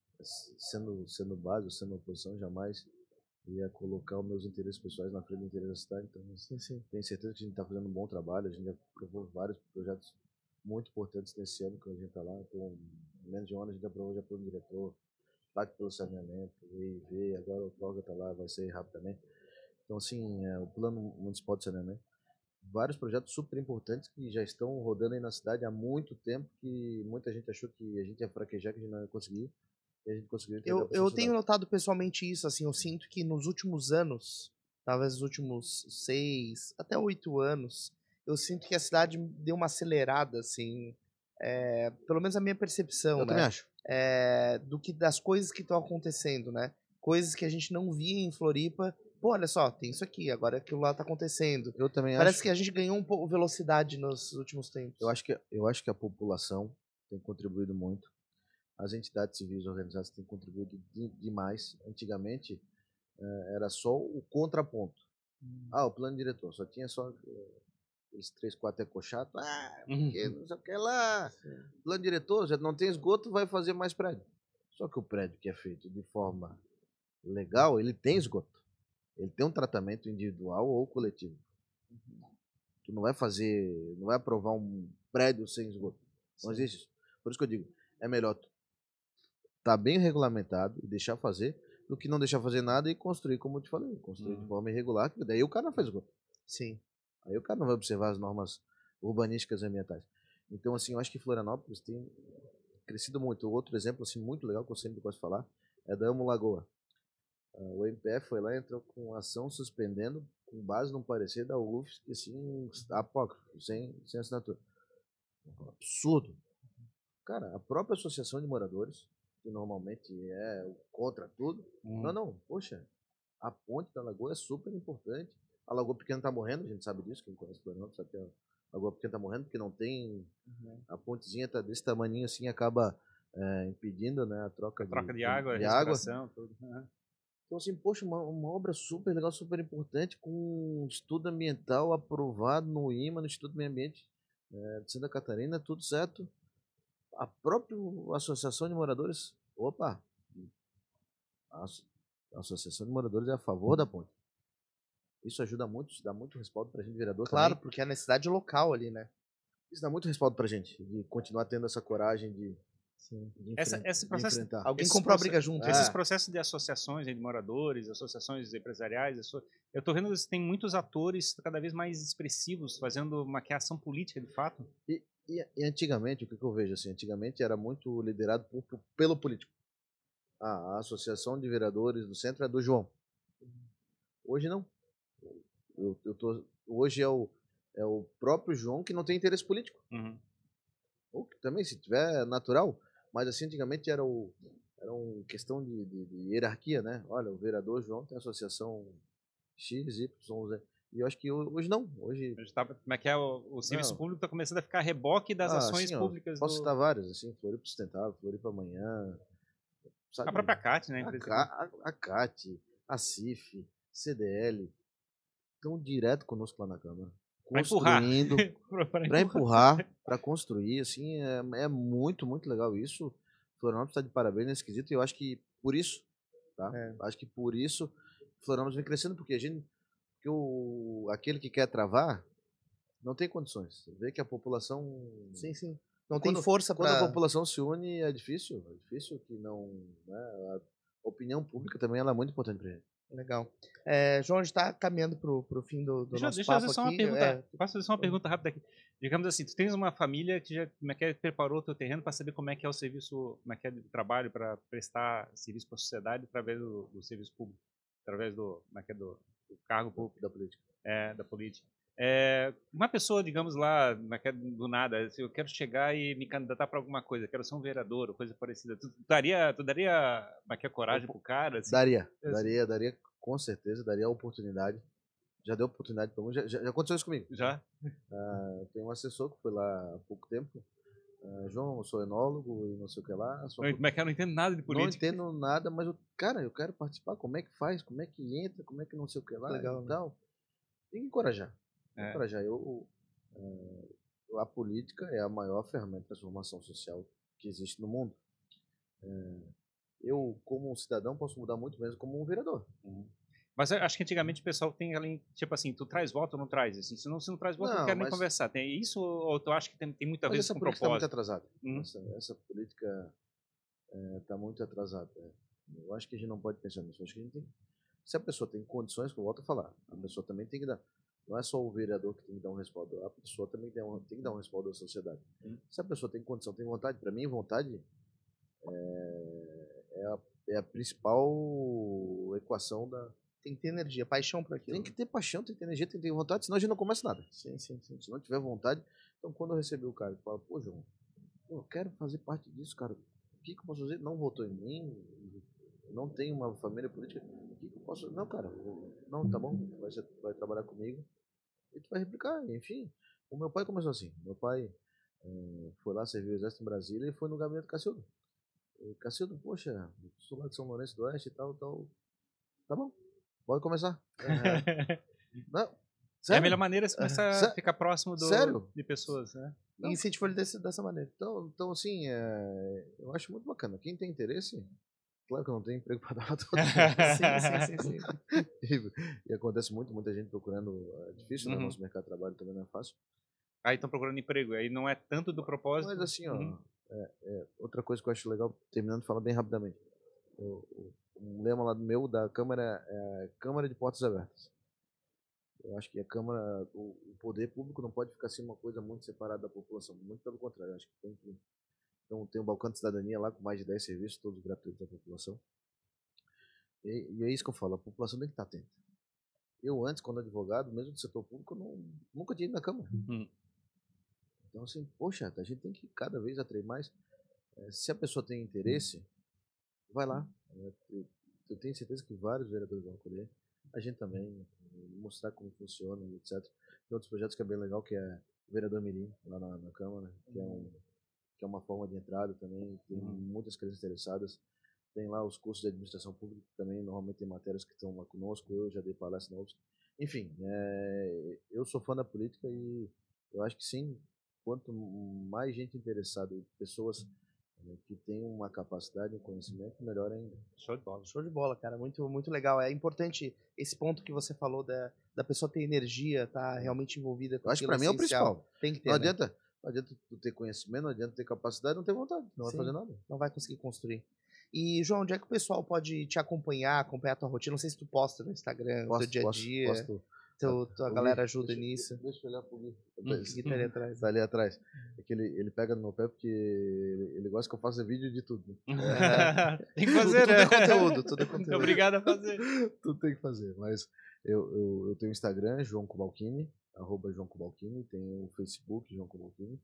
sendo base, sendo oposição, jamais ia colocar os meus interesses pessoais na frente do interesse da cidade. Então, tenho certeza que a gente está fazendo um bom trabalho. A gente já aprovou vários projetos muito importantes nesse ano que a gente está lá. Então, em menos de um ano a gente aprovou já plano diretor, pacto pelo saneamento, EIV, agora o PROGA está lá, vai ser rapidamente. Então, assim, o plano municipal de saneamento, vários projetos super importantes que já estão rodando aí na cidade há muito tempo, que muita gente achou que a gente ia fraquejar, que a gente não ia conseguir, e a gente conseguiu entregar para a Eu tenho notado pessoalmente isso, assim, eu sinto que nos últimos anos, talvez nos últimos 6 até 8 anos, eu sinto que a cidade deu uma acelerada, assim, pelo menos a minha percepção, Eu né? também acho. Das coisas que estão acontecendo, né? Coisas que a gente não via em Floripa. Pô, olha só, tem isso aqui, agora aquilo lá tá acontecendo. Eu também Parece acho. que a gente ganhou um pouco de velocidade nos últimos tempos. Eu acho que a população tem contribuído muito. As entidades civis organizadas têm contribuído demais. Antigamente, era só o contraponto. O plano diretor, só tinha só esses 3, 4 ecochatos. Porque não sei o que lá. Plano diretor, já não tem esgoto, vai fazer mais prédio. Só que o prédio que é feito de forma legal, ele tem esgoto. Ele tem um tratamento individual ou coletivo. Tu não vai aprovar um prédio sem esgoto. Não existe isso. Por isso que eu digo, é melhor tá bem regulamentado e deixar fazer, do que não deixar fazer nada e construir, como eu te falei, construir de forma irregular, que daí o cara não faz esgoto. Sim. Aí o cara não vai observar as normas urbanísticas e ambientais. Então, assim, eu acho que Florianópolis tem crescido muito. Outro exemplo, assim, muito legal, que eu sempre gosto de falar, é da Amo Lagoa. O MPF foi lá e entrou com ação suspendendo, com base num parecer da UFS, que assim, apócrifo, sem assinatura. Absurdo. Cara, a própria associação de moradores, que normalmente é contra tudo, não, poxa, a ponte da lagoa é super importante. A Lagoa Pequena tá morrendo, a gente sabe disso, quem conhece Florianópolis sabe que é Agora porque tá morrendo, porque não tem, a pontezinha tá desse tamaninho assim, acaba impedindo, né, a troca de água, de água. respiração, tudo. Então, assim, poxa, uma obra super legal, super importante, com estudo ambiental aprovado no IMA, no Instituto do Meio Ambiente de Santa Catarina, tudo certo. A própria Associação de Moradores, opa, a Associação de Moradores é a favor da ponte. Isso ajuda muito, isso dá muito respaldo pra gente, vereador, Claro, também. porque é a necessidade local ali, né? Isso dá muito respaldo pra gente, de continuar tendo essa coragem de Esse processo, enfrentar. Alguém comprou a briga junto. Esses processos de associações de moradores, associações empresariais, eu estou vendo que tem muitos atores cada vez mais expressivos fazendo uma ação política de fato. E antigamente, o que eu vejo assim, antigamente era muito liderado pelo político. A Associação de Vereadores do Centro é do João. Hoje não. Hoje é o próprio João que não tem interesse político. Ou que também, se tiver, natural. Mas assim, antigamente era uma questão de hierarquia, né? Olha, o vereador João tem a associação X, Y, Z. E eu acho que hoje não. Hoje como é que é o serviço público está começando a ficar a reboque das ações assim, públicas. Posso citar vários, assim, Floripa Sustentável, Floripa Amanhã. Sabe? A própria CAT, né? A CAT, a CIF, CDL, estão direto conosco lá na Câmara. Construindo, para empurrar, para construir, assim, é muito, muito legal isso. Florianópolis está de parabéns nesse quesito e eu acho que por isso, tá? Acho que por isso Florianópolis vem crescendo, porque aquele que quer travar não tem condições. Você vê que a população... Sim. Não tem força para... Quando a população se une, é difícil que não... Né? A opinião pública também ela é muito importante para gente. Legal. João, a gente está caminhando para o fim do nosso papo aqui. Posso fazer só uma pergunta rápida aqui? Digamos assim, tu tens uma família que já preparou o teu terreno para saber como é que é o serviço, como é que é o trabalho para prestar serviço para a sociedade através do serviço público, através do cargo público. Da política. Da política. Uma pessoa, digamos lá, do nada, eu quero chegar e me candidatar para alguma coisa, quero ser um vereador ou coisa parecida. Tu daria coragem pro cara? Assim? Daria, com certeza, daria a oportunidade. Já deu oportunidade para mim, já aconteceu isso comigo. Já? Tem um assessor que foi lá há pouco tempo. João, eu sou enólogo e não sei o que lá. Como é que eu não entendo nada de política? Não entendo nada, mas eu quero participar. Como é que faz? Como é que entra? Como é que não sei o que lá? Legal, então, tem que encorajar. A política é a maior ferramenta de transformação social que existe no mundo. Eu, como um cidadão, posso mudar muito mesmo como um vereador. Mas eu acho que antigamente o pessoal tem ali, tipo assim, tu traz voto ou não traz? Assim, se não traz voto, eu não quero nem conversar. Tem isso ou tu acha que tem muita vez com propósito? Essa política está muito atrasada. Essa política está muito atrasada. Eu acho que a gente não pode pensar nisso. Eu acho que a gente tem, se a pessoa tem condições, como eu volto a falar, a pessoa também tem que dar. Não é só o vereador que tem que dar um respaldo, a pessoa também tem que dar um respaldo à sociedade. Se a pessoa tem condição, tem vontade, para mim, vontade é a principal equação da... Tem que ter energia, paixão para aquilo. Tem que ter paixão, tem que ter energia, tem que ter vontade, senão a gente não começa nada. Sim. Se não tiver vontade... Então, quando eu recebi o cara, eu falo, pô, João, eu quero fazer parte disso, cara. O que eu posso fazer? Não votou em mim, não tenho uma família política. O que eu posso fazer? Não, cara, não, tá bom, vai trabalhar comigo e tu vai replicar, enfim. O meu pai começou assim. Meu pai foi lá servir o exército em Brasília e foi no gabinete do Cacildo. Cacildo, poxa, sou lá de São Lourenço do Oeste e tal. Tá bom, pode começar. Não, sério? É a melhor maneira de começar a ficar próximo de pessoas, né? E incentivar ele dessa maneira. Então assim, eu acho muito bacana. Quem tem interesse, claro que eu não tenho emprego para dar para todo mundo. Sim. E acontece muita gente procurando. É difícil, né? Nosso mercado de trabalho também não é fácil. Aí estão procurando emprego. Aí não é tanto do propósito. Mas assim, outra coisa que eu acho legal, terminando de falar bem rapidamente. Um lema lá da Câmara é a Câmara de Portas Abertas. Eu acho que a Câmara, o poder público não pode ficar assim uma coisa muito separada da população. Muito pelo contrário, eu acho que tem que... Então tem um balcão de cidadania lá com mais de 10 serviços, todos gratuitos da população. E é isso que eu falo, a população tem que estar atenta. Eu antes, quando advogado, mesmo do setor público, nunca tinha ido na Câmara. Então assim, poxa, a gente tem que cada vez atrair mais. Se a pessoa tem interesse, vai lá. Eu tenho certeza que vários vereadores vão acolher. A gente também, mostrar como funciona, etc. Tem outros projetos que é bem legal, que é vereador Mirim, lá na Câmara, que é uma forma de entrada também. Tem muitas crianças interessadas. Tem lá os cursos de administração pública, que também normalmente tem matérias que estão lá conosco. Eu já dei palestra na UFSC. Enfim, eu sou fã da política e eu acho que sim, quanto mais gente interessada, pessoas que têm uma capacidade, um conhecimento, melhor ainda. Show de bola. Show de bola, cara. Muito, muito legal. É importante esse ponto que você falou da pessoa ter energia, tá realmente envolvida com eu acho que para mim é o principal. Tem que ter, não adianta tu ter conhecimento, não adianta ter capacidade, não ter vontade, não vai fazer nada. Não vai conseguir construir. E, João, onde é que o pessoal pode te acompanhar a tua rotina? Não sei se tu posta no Instagram, o teu dia a dia. Posto. A galera ajuda nisso. Deixa eu olhar pro Gui. Que tá ali atrás. Tá ali atrás. É que ele pega no meu pé porque ele gosta que eu faça vídeo de tudo. Tem que fazer, tudo é conteúdo, tudo é conteúdo. Obrigado a fazer. Tudo tem que fazer. Mas eu tenho o Instagram, João Kubalchini, @JoãoKubalchini. Tenho o Facebook, João Kubalchini.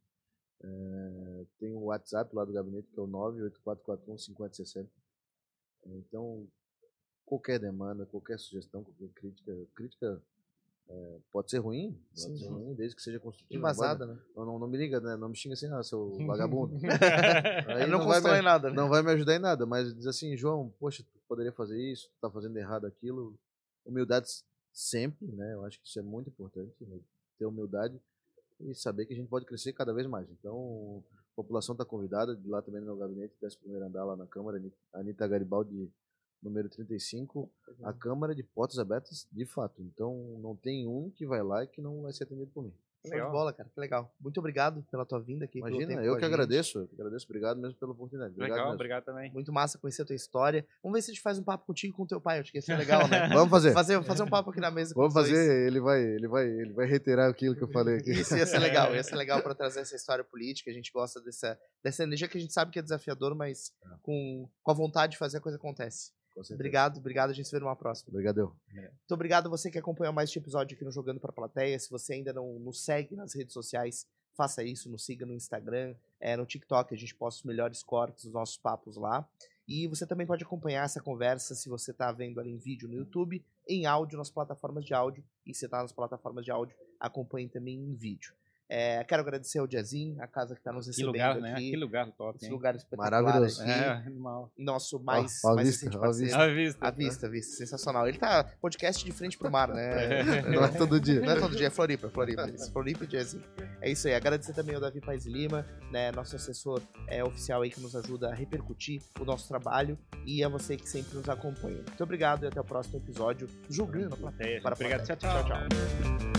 Tem o WhatsApp lá do gabinete, que é o 984415060. Então, qualquer demanda, qualquer sugestão, qualquer crítica pode ser ruim, desde que seja construtiva. Embasada, né? Não me liga, né? Não me xinga assim, seu vagabundo. Aí não constrói nada, né? Não vai me ajudar em nada, mas diz assim, João, poxa, tu poderia fazer isso, tu tá fazendo errado aquilo. Humildade sempre, né? Eu acho que isso é muito importante, né? Ter humildade e saber que a gente pode crescer cada vez mais. Então, a população está convidada, de lá também no meu gabinete, 11º andar lá na Câmara, Anitta Garibaldi, número 35, a Câmara de portas abertas, de fato. Então, não tem um que vai lá e que não vai ser atendido por mim. Show de bola, cara, que legal. Muito obrigado pela tua vinda aqui. Imagina, eu que agradeço. Obrigado mesmo pela oportunidade. Obrigado também. Muito massa conhecer a tua história. Vamos ver se a gente faz um papo contigo e com teu pai. Acho que ia ser legal, né? Vamos fazer. Fazer um papo aqui na mesa. Vamos fazer, ele vai reiterar aquilo que eu falei aqui. Isso ia ser legal para trazer essa história política. A gente gosta dessa energia que a gente sabe que é desafiador, mas com a vontade de fazer a coisa acontece. Obrigado, a gente se vê numa próxima. Obrigadão. Muito obrigado a você que acompanhou mais este episódio aqui no Jogando Pra Plateia. Se você ainda não nos segue nas redes sociais, faça isso, nos siga no Instagram, no TikTok, a gente posta os melhores cortes dos nossos papos lá. E você também pode acompanhar essa conversa se você está vendo ali em vídeo no YouTube, em áudio nas plataformas de áudio, e se está nas plataformas de áudio, acompanhe também em vídeo. Quero agradecer ao Diazin, a casa que está nos recebendo lugar, né? aqui. Que lugar top, esse hein? lugar espetacular. Maravilhoso. Aqui. Nosso mais recente parceiro. À vista. Sensacional. Ele tá podcast de frente pro mar, né? Não é todo dia. Não é todo dia, é Floripa. Floripa e Diazin. É isso aí. Agradecer também ao Davi Paes Lima, né? Nosso assessor oficial aí que nos ajuda a repercutir o nosso trabalho, e a você que sempre nos acompanha. Muito obrigado e até o próximo episódio. Jogando Plateia. Para Obrigado. Plateia. Tchau.